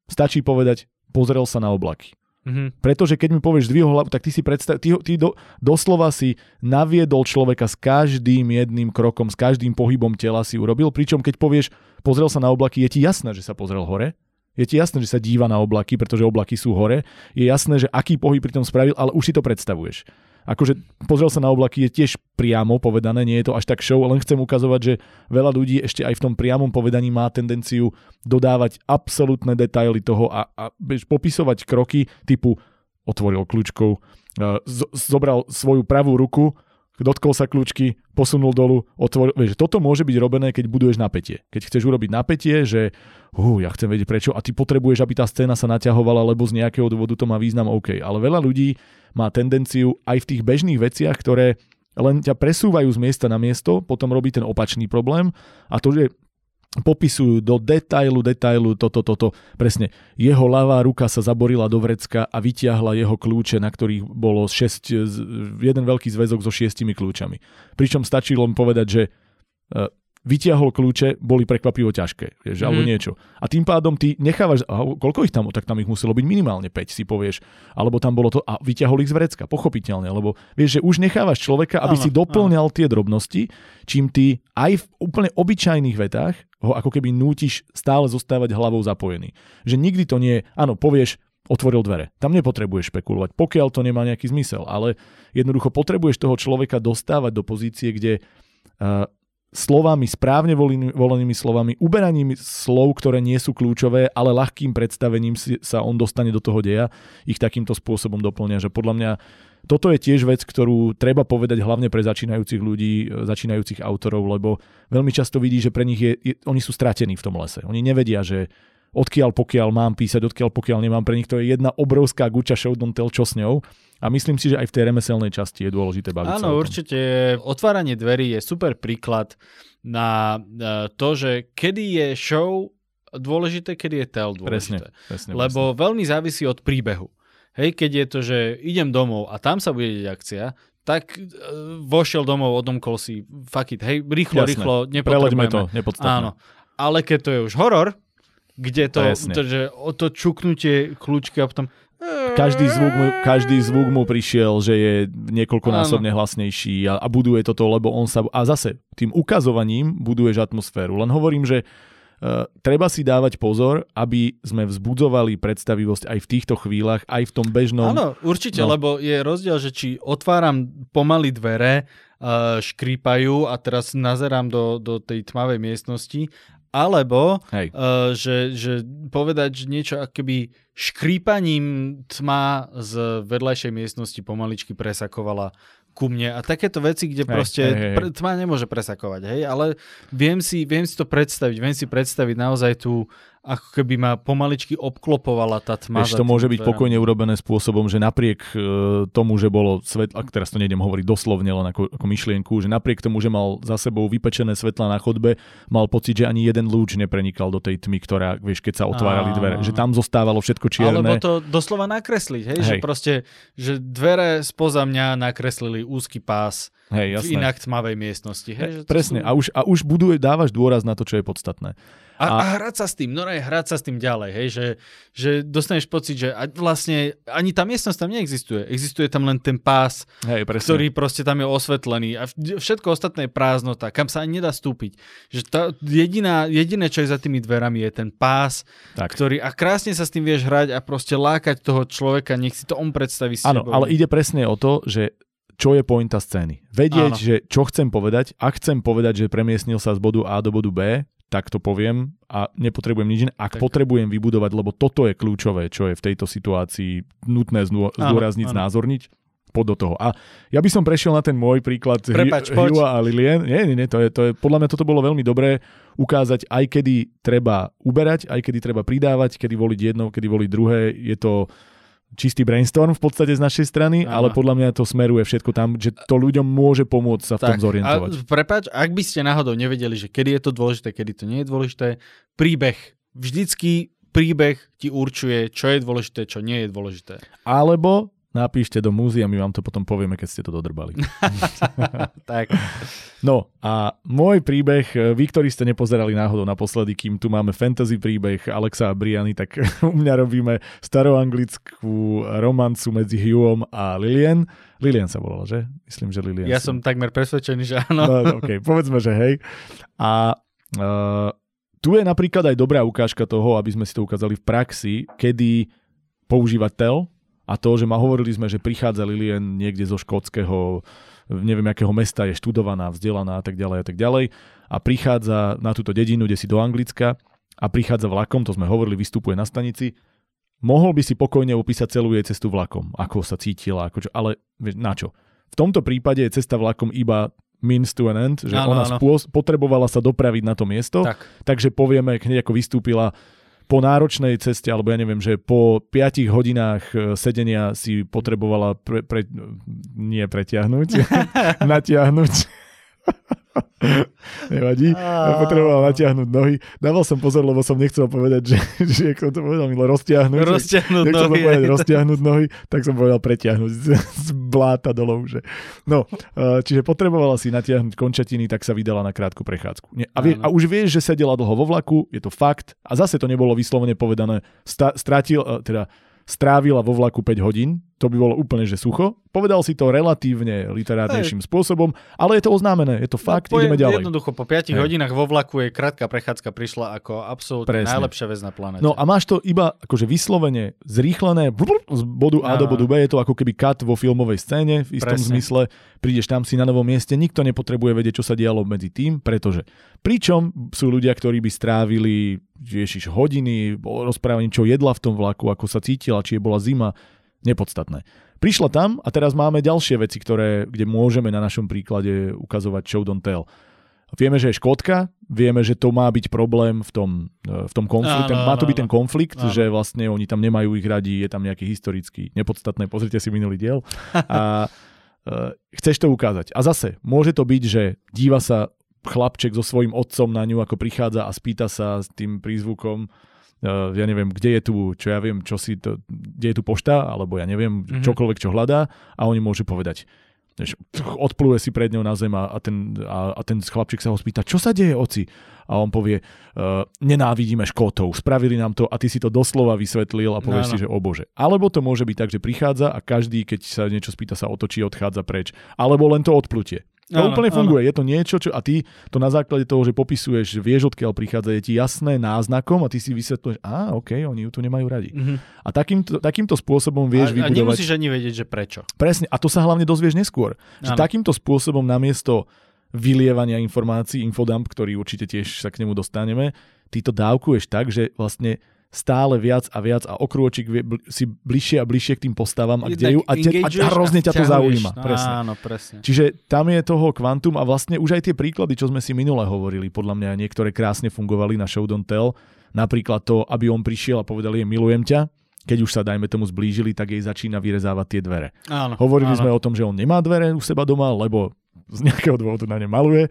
Stačí povedať, pozrel sa na oblaky. Mm-hmm. Pretože keď mi povieš zdvihol hlavu, tak ty si predstav, ty, ty do, doslova si naviedol človeka s každým jedným krokom, s každým pohybom tela si urobil, pričom keď povieš, pozrel sa na oblaky, je ti jasné, že sa pozrel hore, je ti jasné, že sa díva na oblaky, pretože oblaky sú hore, je jasné, že aký pohyb pri tom spravil, ale už si to predstavuješ. Akože pozrel sa na oblaky je tiež priamo povedané, nie je to až tak show, len chcem ukazovať, že veľa ľudí ešte aj v tom priamom povedaní má tendenciu dodávať absolútne detaily toho a, a popisovať kroky typu otvoril kľúčkou, z- zobral svoju pravú ruku, dotkol sa kľúčky, posunul dolu, otvoril. Vieš, toto môže byť robené, keď buduješ napätie. Keď chceš urobiť napätie, že uh, ja chcem vedieť prečo a ty potrebuješ, aby tá scéna sa naťahovala, lebo z nejakého dôvodu to má význam, OK. Ale veľa ľudí má tendenciu aj v tých bežných veciach, ktoré len ťa presúvajú z miesta na miesto, potom robí ten opačný problém a to, že popisujú do detailu, detailu, toto, toto. Presne, jeho ľavá ruka sa zaborila do vrecka a vytiahla jeho kľúče, na ktorých bolo šesť, jeden veľký zväzok so šiestimi kľúčami. Pričom stačí len povedať, že vytiahol kľúče, boli prekvapivo ťažké, vieš, mm. alebo niečo. A tým pádom ty nechávaš, a koľko ich tam, tak tam ich muselo byť minimálne päť, si povieš, alebo tam bolo to, a vytiahol ich z vrecka, pochopiteľne, lebo vieš, že už nechávaš človeka, aby ano, si doplňal ano. tie drobnosti, čím ty aj v úplne obyčajných vetách ho ako keby nútiš stále zostávať hlavou zapojený. Že nikdy to nie je, áno, povieš, otvoril dvere. Tam nepotrebuješ špekulovať, pokiaľ to nemá nejaký zmysel, ale jednoducho potrebuješ toho človeka dostávať do pozície, kde uh, slovami, správne volenými, volenými slovami, uberaním slov, ktoré nie sú kľúčové, ale ľahkým predstavením si, sa on dostane do toho deja, ich takýmto spôsobom doplňa, že podľa mňa toto je tiež vec, ktorú treba povedať hlavne pre začínajúcich ľudí, začínajúcich autorov, lebo veľmi často vidí, že pre nich je, je, oni sú stratení v tom lese. Oni nevedia, že odkiaľ pokiaľ mám písať, odkiaľ pokiaľ nemám. Pre nich to je jedna obrovská guča show don't tell, čo s ňou. A myslím si, že aj v tej remeselnej časti je dôležité baviť sa o tom. Áno, určite. Otváranie dverí je super príklad na to, že kedy je show dôležité, kedy je tell dôležité. Presne, presne, Lebo presne. veľmi závisí od príbehu. Hej, keď je to, že idem domov a tam sa bude deť akcia, tak vošiel domov, odomkol si, fuck it, hej, rýchlo, Jasné. rýchlo, nepotrebujeme. Preleďme to, nepodstatné. Áno. Ale keď to je už horor, kde to, Presne. to že o to čuknutie kľúčky a potom Každý zvuk mu, každý zvuk mu prišiel, že je niekoľkonásobne hlasnejší a, a buduje toto, lebo on sa... A zase, tým ukazovaním buduješ atmosféru. Len hovorím, že uh, treba si dávať pozor, aby sme vzbudzovali predstavivosť aj v týchto chvíľach, aj v tom bežnom... Áno, určite, no. Lebo je rozdiel, že či otváram pomaly dvere, uh, škrípajú a teraz nazerám do, do tej tmavej miestnosti, alebo uh, že, že povedať že niečo akoby škrípaním tma z vedľajšej miestnosti pomaličky presakovala ku mne a takéto veci, kde hej, proste hej, hej. Pre, tma nemôže presakovať, hej, ale viem si, viem si to predstaviť, viem si predstaviť naozaj tú, ako keby ma pomaličky obklopovala tá tma. Vieš, to môže byť pokojne urobené spôsobom, že napriek tomu, že bolo svetlo, teraz to nejdem hovoriť doslovne, len ako, ako myšlienku, že napriek tomu, že mal za sebou vypečené svetla na chodbe, mal pocit, že ani jeden lúč neprenikal do tej tmy, ktorá, vieš, keď sa otvárali dvere, že tam zostávalo všetko čierne. Alebo to doslova nakresliť, hej, hej. Že proste, že dvere spoza mňa nakreslili úzky pás hej, v inak tmavej miestnosti. Hej, že presne, sú... a už, a už buduje, dávaš dôraz na to, čo je podstatné. A, a hrať sa s tým, no aj hrať sa s tým ďalej, hej, že, že dostaneš pocit, že vlastne ani tá miestnosť tam neexistuje. Existuje tam len ten pás, hej, ktorý proste tam je osvetlený a všetko ostatné je prázdnota, kam sa ani nedá stúpiť. Že tá jediná, jediné, čo je za tými dverami, je ten pás, tak. Ktorý a krásne sa s tým vieš hrať a proste lákať toho človeka, nech si to on predstaví s tebou. Áno, ale ide presne o to, že čo je pointa scény. Vedieť, áno. Že čo chcem povedať, ak chcem povedať, že premiestnil sa z bodu A do bodu B, tak to poviem a nepotrebujem nič iné. Ak tak. potrebujem vybudovať, lebo toto je kľúčové, čo je v tejto situácii nutné zdôrazniť, znázorniť, poď do toho. A ja by som prešiel na ten môj príklad Hugha a Lillian. Nie, nie, nie, to je, to je, podľa mňa toto bolo veľmi dobré ukázať, aj kedy treba uberať, aj kedy treba pridávať, kedy voliť jedno, kedy voliť druhé. Je to čistý brainstorm v podstate z našej strany, Aha. ale podľa mňa to smeruje všetko tam, že to ľuďom môže pomôcť sa v tak, tom zorientovať. A prepáč, ak by ste náhodou nevedeli, že kedy je to dôležité, kedy to nie je dôležité, príbeh. Vždycky príbeh ti určuje, čo je dôležité, čo nie je dôležité. Alebo napíšte do múzea, my vám to potom povieme, keď ste to dodrbali. Tak. No a môj príbeh, vy, ktorí ste nepozerali náhodou naposledy, kým tu máme fantasy príbeh Alexa a Briany, tak u mňa robíme staroanglickú romancu medzi Hughom a Lillian. Lillian sa volala, že? Myslím, že Lillian. Ja som takmer presvedčený, že áno. No, OK, povedzme, že hej. A uh, tu je napríklad aj dobrá ukážka toho, aby sme si to ukázali v praxi, kedy používať tel a to, že ma hovorili sme, že prichádza Lillian niekde zo škótskeho, neviem akého mesta, je študovaná, vzdelaná a tak ďalej a tak ďalej a prichádza na túto dedinu, kde si do Anglicka a prichádza vlakom, to sme hovorili, vystupuje na stanici. Mohol by si pokojne opísať celú jej cestu vlakom, ako sa cítila, ako čo, ale na čo? V tomto prípade je cesta vlakom iba means to an end, že áno, ona áno. Spôs- potrebovala sa dopraviť na to miesto, Tak. takže povieme, hneď ako vystúpila po náročnej ceste, alebo ja neviem, že po piatich hodinách sedenia si potrebovala pre, pre, nie pretiahnuť, natiahnuť. Nevadí. Potrebovala natiahnuť nohy. Dával som pozor, lebo som nechcel povedať, že, že ako to povedal, Milo, roztiahnuť. Roztiahnuť nechcel nohy. som povedať roztiahnuť nohy, tak som povedal pretiahnuť z, z bláta dolov. Že. No, čiže potrebovala si natiahnuť končatiny, tak sa vydala na krátku prechádzku. Nie, a, vie, a už vieš, že sedela dlho vo vlaku, je to fakt. A zase to nebolo vyslovene povedané. Sta, stratil, teda strávila vo vlaku päť hodín, to by bolo úplne, že sucho. Povedal si to relatívne literárnejším Ej. spôsobom, ale je to oznámené, je to fakt, no, ideme ďalej. Jednoducho, po piatich hodinách vo vlaku je krátka prechádzka prišla ako absolútne Presne. najlepšia vec na planete. No a máš to iba akože vyslovene zrýchlené z bodu A do bodu B, je to ako keby cut vo filmovej scéne v istom Presne. zmysle. Prídeš tam si na novom mieste, nikto nepotrebuje vedieť, čo sa dialo medzi tým, pretože pričom sú ľudia, ktorí by strávili ježiš, hodiny rozprávaním, čo jedla v tom vlaku, ako sa cítila, či je bola zima, nepodstatné. Prišla tam a teraz máme ďalšie veci, ktoré, kde môžeme na našom príklade ukazovať show don't tell. Vieme, že je Škótka, vieme, že to má byť problém v tom, v tom konflikte. Má to byť ten konflikt, áno. že vlastne oni tam nemajú ich radi, je tam nejaký historický, nepodstatné, pozrite si minulý diel. A uh, chceš to ukázať. A zase, môže to byť, že díva sa chlapček so svojím otcom na ňu, ako prichádza a spýta sa s tým prízvukom, uh, ja neviem, kde je tu, čo ja viem, čo si to, kde je tu pošta, alebo ja neviem, mm-hmm. čokoľvek, čo hľadá a oni môžu povedať, vieš, odpluje si pred ňou na zem a, a, ten, a, a ten chlapček sa ho spýta, čo sa deje, oci? A on povie, uh, nenávidíme Škótov, spravili nám to a ty si to doslova vysvetlil a povieš no, si, že o Bože. Alebo to môže byť tak, že prichádza a každý, keď sa niečo spýta, sa otočí, odchádza preč. Alebo len to odplutie. To áno, úplne funguje. Áno. Je to niečo, čo a ty to na základe toho, že popisuješ, vieš, odkiaľ prichádza, je ti jasné náznakom a ty si vysvetľuješ, á, okej, okay, oni ju tu nemajú radi. Mm-hmm. A takýmto, takýmto spôsobom vieš a, vybudovať... A nemusíš ani vedieť, že prečo. Presne. A to sa hlavne dozvieš neskôr. Že takýmto spôsobom namiesto vylievania informácií, infodump, ktorý určite tiež sa k nemu dostaneme, ty to dávkuješ tak, že vlastne stále viac a viac a okrôčik si bližšie a bližšie k tým postavám a k deju a, te, a hrozne ťa to zaujíma. No, presne. Áno, presne. Čiže tam je toho kvantum a vlastne už aj tie príklady, čo sme si minule hovorili, podľa mňa niektoré krásne fungovali na show don't tell. Napríklad to, aby on prišiel a povedal jej milujem ťa. Keď už sa, dajme tomu, zblížili, tak jej začína vyrezávať tie dvere. Áno, Hovorili áno. sme o tom, že on nemá dvere u seba doma, lebo z nejakého dôvodu na ne maluje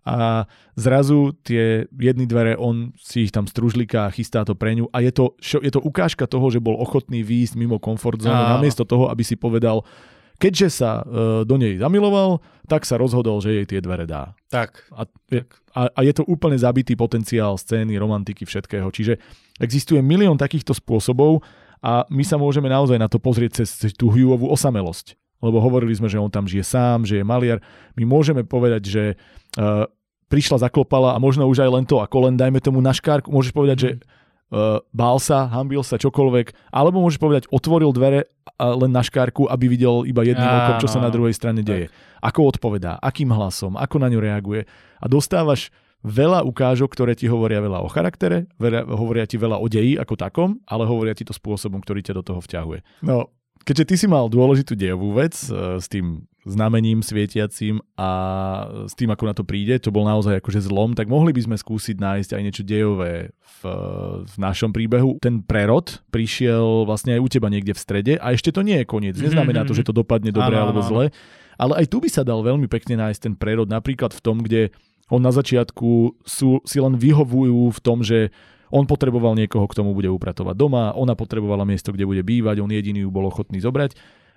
a zrazu tie jedny dvere, on si ich tam stružlíka a chystá to pre ňu a je to, je to ukážka toho, že bol ochotný výjsť mimo komfort zóny, namiesto toho, aby si povedal, keďže sa e, do nej zamiloval, tak sa rozhodol, že jej tie dvere dá. Tak. A, a, a je to úplne zabitý potenciál scény, romantiky, všetkého. Čiže existuje milión takýchto spôsobov a my sa môžeme naozaj na to pozrieť cez tú Hughowú osamelosť. Lebo hovorili sme, že on tam žije sám, že je maliar. My môžeme povedať, že uh, prišla, zaklopala a možno už aj len to, ako len dajme tomu na škárku. Môžeš povedať, že uh, bál sa, hanbil sa, čokoľvek. Alebo môžeš povedať, otvoril dvere uh, len na škárku, aby videl iba jedným ja, okom, čo no, sa na druhej strane tak. deje. Ako odpovedá, akým hlasom, ako na ňu reaguje. A dostávaš veľa ukážok, ktoré ti hovoria veľa o charaktere, veľa, hovoria ti veľa o deji ako takom, ale hovoria ti to spôsobom, ktorý ťa do toho vťahuje. No, keďže ty si mal dôležitú dejovú vec uh, s tým znamením svietiacím a s tým, ako na to príde, to bol naozaj akože zlom, tak mohli by sme skúsiť nájsť aj niečo dejové v, v našom príbehu. Ten prerod prišiel vlastne aj u teba niekde v strede a ešte to nie je koniec. Neznamená to, že to dopadne dobre áno, alebo áno. zle, ale aj tu by sa dal veľmi pekne nájsť ten prerod, napríklad v tom, kde on na začiatku sú, si len vyhovujú v tom, že on potreboval niekoho, k tomu bude upratovať doma, ona potrebovala miesto, kde bude bývať, on jediný ju bol ochotný zobrať.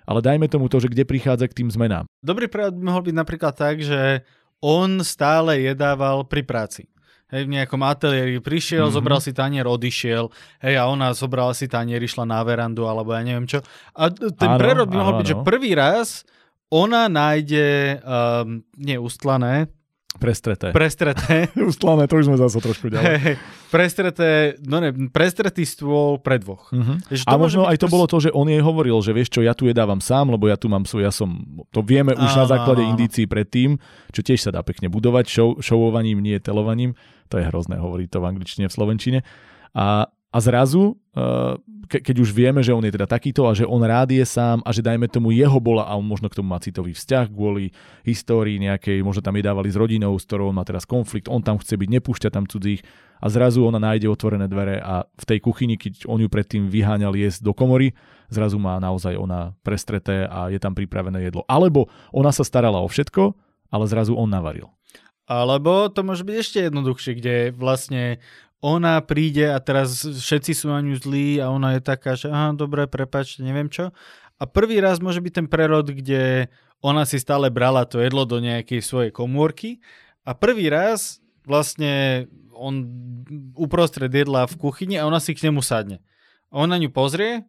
ale dajme tomu to, že kde prichádza k tým zmenám. Dobrý príklad by mohol byť napríklad tak, že on stále jedával pri práci. Hej, v nejakom ateliéri prišiel, mm-hmm. zobral si tanier, odišiel, hej, a ona zobrala si tanier, išla na verandu, alebo ja neviem čo. A ten áno, prerod by mohol áno, byť, áno. že prvý raz ona nájde, um, nie ustlané, Prestreté. Prestreté. Ustlané, to už sme zase trošku ďalej. Hey, prestreté, no ne, prestretý stôl pre dvoch. Uh-huh. A možno aj to pros... bolo to, že on jej hovoril, že vieš čo, ja tu jedávam sám, lebo ja tu mám svoj, ja som, to vieme už áno, na základe áno. indícií predtým, čo tiež sa dá pekne budovať, show, showovaním, nie telovaním. To je hrozné hovoriť to v angličtine, v slovenčine. A A zrazu, ke, keď už vieme, že on je teda takýto a že on rád je sám a že dajme tomu jeho bola a on možno k tomu má citový vzťah kvôli histórii nejakej, možno tam jedávali s rodinou, s ktorou on má teraz konflikt, on tam chce byť, nepúšťa tam cudzích a zrazu ona nájde otvorené dvere a v tej kuchyni, keď on ju predtým vyháňal jesť do komory, zrazu má naozaj ona prestreté a je tam pripravené jedlo. Alebo ona sa starala o všetko, ale zrazu on navaril. Alebo to môže byť ešte jednoduchšie, kde vlastne ona príde a teraz všetci sú na ňu zlí a ona je taká, že aha, dobre, prepáčte, neviem čo. A prvý raz môže byť ten prerod, kde ona si stále brala to jedlo do nejakej svojej komórky a prvý raz vlastne on uprostred jedla v kuchyni a ona si k nemu sadne. A on na ňu pozrie,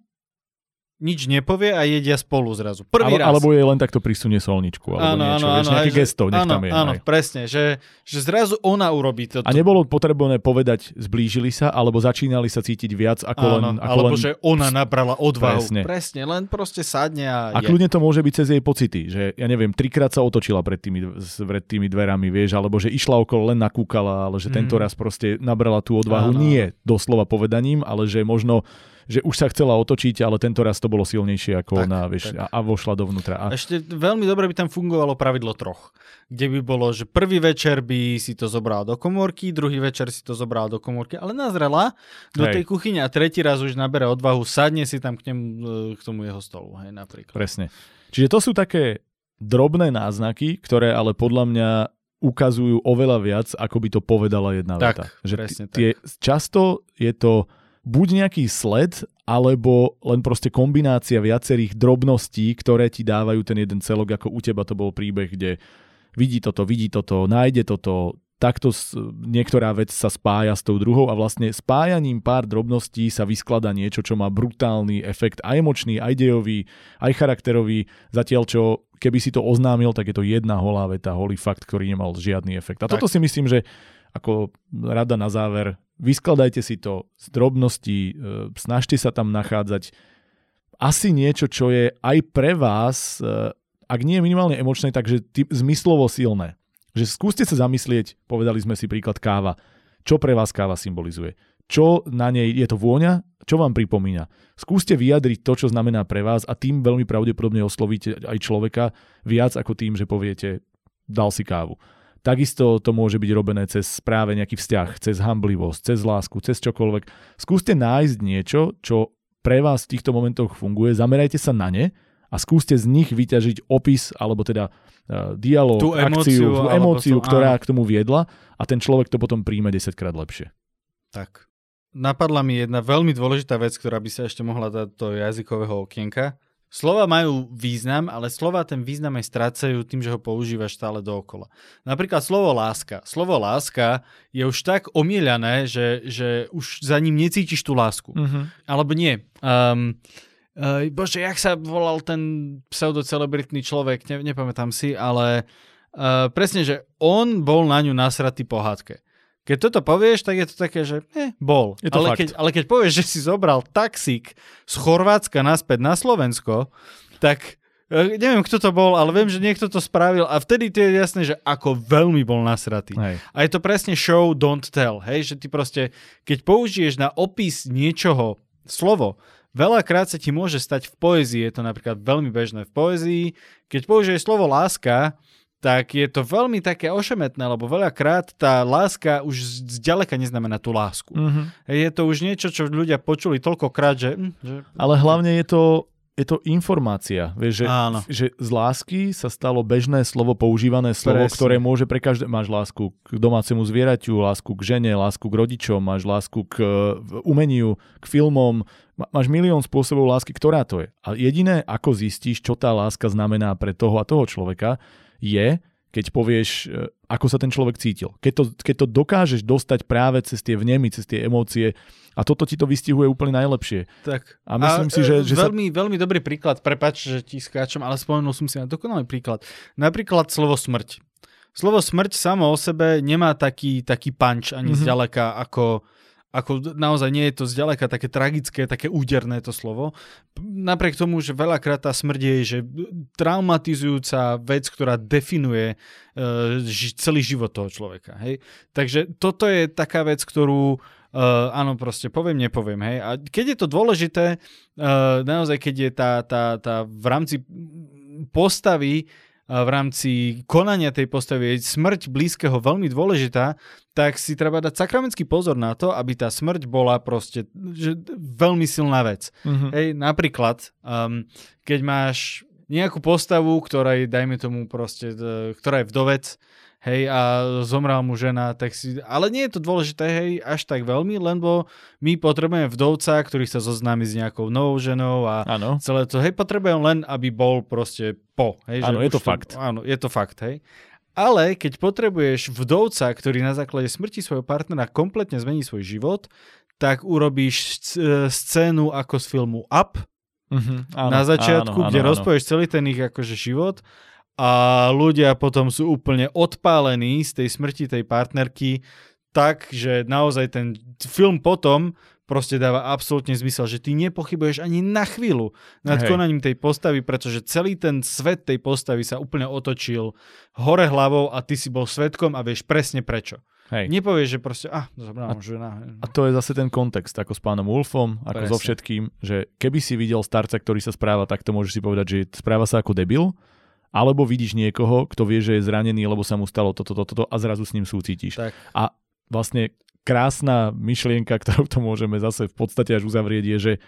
nič nepovie a jedia spolu zrazu. Prvý Ale, raz. Alebo jej len takto prisunie solničku alebo áno, niečo. Áno, vieš, áno, nejaké že, gesto, nech áno, tam je. Áno, aj. presne, že, že zrazu ona urobí to. A nebolo potrebné povedať zblížili sa, alebo začínali sa cítiť viac ako áno, len... Ako alebo len... že ona nabrala odvahu. Presne. presne, len proste sadne a A je. kľudne to môže byť cez jej pocity, že ja neviem, trikrát sa otočila pred tými, pred tými dverami, vieš, alebo že išla okolo, len nakúkala, ale že mm. tento raz proste nabrala tú odvahu, áno. nie doslova povedaním, ale že možno že už sa chcela otočiť, ale tento raz to bolo silnejšie ako tak, ona, vieš, a, a vošla dovnútra. A... Ešte veľmi dobre by tam fungovalo pravidlo troch, kde by bolo, že prvý večer by si to zobral do komórky, druhý večer si to zobral do komórky, ale nazrela do hej. tej kuchyne a tretí raz už nabere odvahu, sadne si tam k nemu, k tomu jeho stolu, hej, napríklad. Presne. Čiže to sú také drobné náznaky, ktoré ale podľa mňa ukazujú oveľa viac, ako by to povedala jedna tak, veta. Že presne tie, tak. Často je to buď nejaký sled, alebo len proste kombinácia viacerých drobností, ktoré ti dávajú ten jeden celok, ako u teba to bol príbeh, kde vidí toto, vidí toto, nájde toto, takto niektorá vec sa spája s tou druhou a vlastne spájaním pár drobností sa vyskladá niečo, čo má brutálny efekt, aj emočný, aj dejový, aj charakterový, zatiaľ čo keby si to oznámil, tak je to jedna holá veta, holý fakt, ktorý nemal žiadny efekt. A tak. Toto si myslím, že ako rada na záver, vyskladajte si to z drobností, snažte sa tam nachádzať asi niečo, čo je aj pre vás, ak nie je minimálne emočné, takže zmyslovo silné. Že skúste sa zamyslieť, povedali sme si príklad káva, čo pre vás káva symbolizuje. Čo na nej, je to vôňa, čo vám pripomína. Skúste vyjadriť to, čo znamená pre vás a tým veľmi pravdepodobne oslovíte aj človeka viac ako tým, že poviete, dal si kávu. Takisto to môže byť robené cez práve nejaký vzťah, cez hamblivosť, cez lásku, cez čokoľvek. Skúste nájsť niečo, čo pre vás v týchto momentoch funguje, zamerajte sa na ne a skúste z nich vyťažiť opis, alebo teda uh, dialog, tú akciu, emóciu, tú emóciu, to, ktorá áno. k tomu viedla a ten človek to potom príjme desaťkrát lepšie. Tak. Napadla mi jedna veľmi dôležitá vec, ktorá by sa ešte mohla dať do jazykového okienka. Slova majú význam, ale slova ten význam aj strácajú tým, že ho používaš stále dookola. Napríklad slovo láska. Slovo láska je už tak omieľané, že, že už za ním necítiš tú lásku. Uh-huh. Alebo nie. Um, uh, bože, jak sa volal ten pseudocelebritný človek, ne, nepamätám si, ale uh, presne, že on bol na ňu nasratý po hádke. Keď toto povieš, tak je to také, že eh, bol. Je to ale, fakt. keď, ale keď povieš, že si zobral taxík z Chorvátska naspäť na Slovensko, tak eh, neviem, kto to bol, ale viem, že niekto to spravil a vtedy to je jasné, že ako veľmi bol nasratý. Hej. A je to presne show, don't tell. Hej? Že ty proste, keď použiješ na opis niečoho slovo, veľakrát sa ti môže stať v poézii, je to napríklad veľmi bežné v poézii, keď použiješ slovo láska, tak je to veľmi také ošemetné, lebo veľakrát tá láska už zďaleka neznamená tú lásku. Mm-hmm. Je to už niečo, čo ľudia počuli toľkokrát, že... že... Ale hlavne je to, je to informácia. Vieš, že, že z lásky sa stalo bežné slovo, používané slovo, presne. Ktoré môže pre každé... Máš lásku k domácemu zvieraťu, lásku k žene, lásku k rodičom, máš lásku k umeniu, k filmom, máš milión spôsobov lásky, ktorá to je. A jediné, ako zistíš, čo tá láska znamená pre toho a toho človeka, je, keď povieš, ako sa ten človek cítil. Keď to, keď to dokážeš dostať práve cez tie vnemy, cez tie emócie, a toto ti to vystihuje úplne najlepšie. Tak. A myslím a, si, že... že veľmi, sa... veľmi dobrý príklad, prepáč, že ti skáčem, ale spomenul som si na dokonalý príklad. Napríklad slovo smrť. Slovo smrť samo o sebe nemá taký, taký punch ani mm-hmm. zďaleka, ako, ako naozaj nie je to zďaleka také tragické, také úderné to slovo. Napriek tomu, že veľakrát tá smrť je že traumatizujúca vec, ktorá definuje uh, ži- celý život toho človeka. Hej? Takže toto je taká vec, ktorú uh, áno, proste poviem, nepoviem. Hej? A keď je to dôležité, uh, naozaj keď je tá, tá, tá v rámci postavy v rámci konania tej postavy je smrť blízkeho veľmi dôležitá, tak si treba dať sakramentský pozor na to, aby tá smrť bola proste že veľmi silná vec. Mm-hmm. Hej, napríklad, um, keď máš nejakú postavu, ktorá je, dajme tomu proste, ktorá je vdovec, hej, a zomrela mu žena, tak si... Ale nie je to dôležité, hej, až tak veľmi, lebo my potrebujeme vdovca, ktorý sa zoznámi s nejakou novou ženou a ano. Celé to, hej, potrebujem len, aby bol proste po. Hej, áno, je to, to fakt. Áno, je to fakt, hej. Ale keď potrebuješ vdovca, ktorý na základe smrti svojho partnera kompletne zmení svoj život, tak urobíš scénu ako z filmu Up, mm-hmm, áno, na začiatku, áno, kde áno, rozpoješ áno. celý ten ich akože život a ľudia potom sú úplne odpálení z tej smrti tej partnerky, tak, že naozaj ten film potom proste dáva absolútne zmysel, že ty nepochybuješ ani na chvíľu nad Hej. konaním tej postavy, pretože celý ten svet tej postavy sa úplne otočil hore hlavou a ty si bol svedkom a vieš presne prečo. Hej. Nepovieš, že proste, ah, zobrám žena. A to je zase ten kontext, ako s pánom Wolfom, ako presne. So všetkým, že keby si videl starca, ktorý sa správa takto, môžeš si povedať, že správa sa ako debil, alebo vidíš niekoho, kto vie, že je zranený, lebo sa mu stalo toto, toto, toto a zrazu s ním súcítiš. Tak. A vlastne krásna myšlienka, ktorú to môžeme zase v podstate až uzavrieť, je, že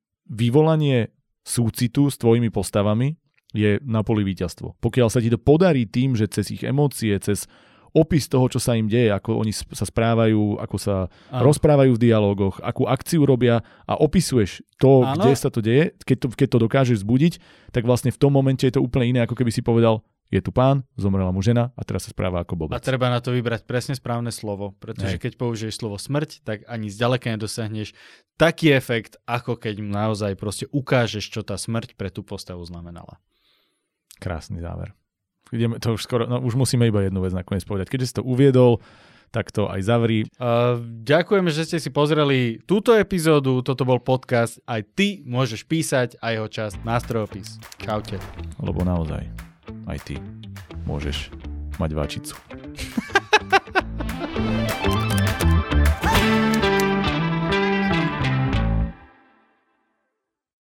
vyvolanie súcitu s tvojimi postavami je na poli víťazstvo. Pokiaľ sa ti to podarí tým, že cez ich emócie, cez opis toho, čo sa im deje, ako oni sa správajú, ako sa ano. Rozprávajú v dialógoch, akú akciu robia a opisuješ to, ano. Kde sa to deje, keď to, keď to dokážeš vzbudiť, tak vlastne v tom momente je to úplne iné, ako keby si povedal, je tu pán, zomrela mu žena a teraz sa správa ako blbec. A treba na to vybrať presne správne slovo, pretože Hej. keď použiješ slovo smrť, tak ani zďaleka nedosiahneš taký efekt, ako keď naozaj proste ukážeš, čo tá smrť pre tú postavu znamenala. Krásny záver. Ideme, to už skoro, no už musíme iba jednu vec nakoniec povedať. Keďže si to uviedol, tak to aj zavri. Uh, ďakujeme, že ste si pozreli túto epizódu, toto bol podcast. Aj ty môžeš písať a jeho časť Nástrojopis. Čaute. Lebo naozaj, aj ty môžeš mať váčicu.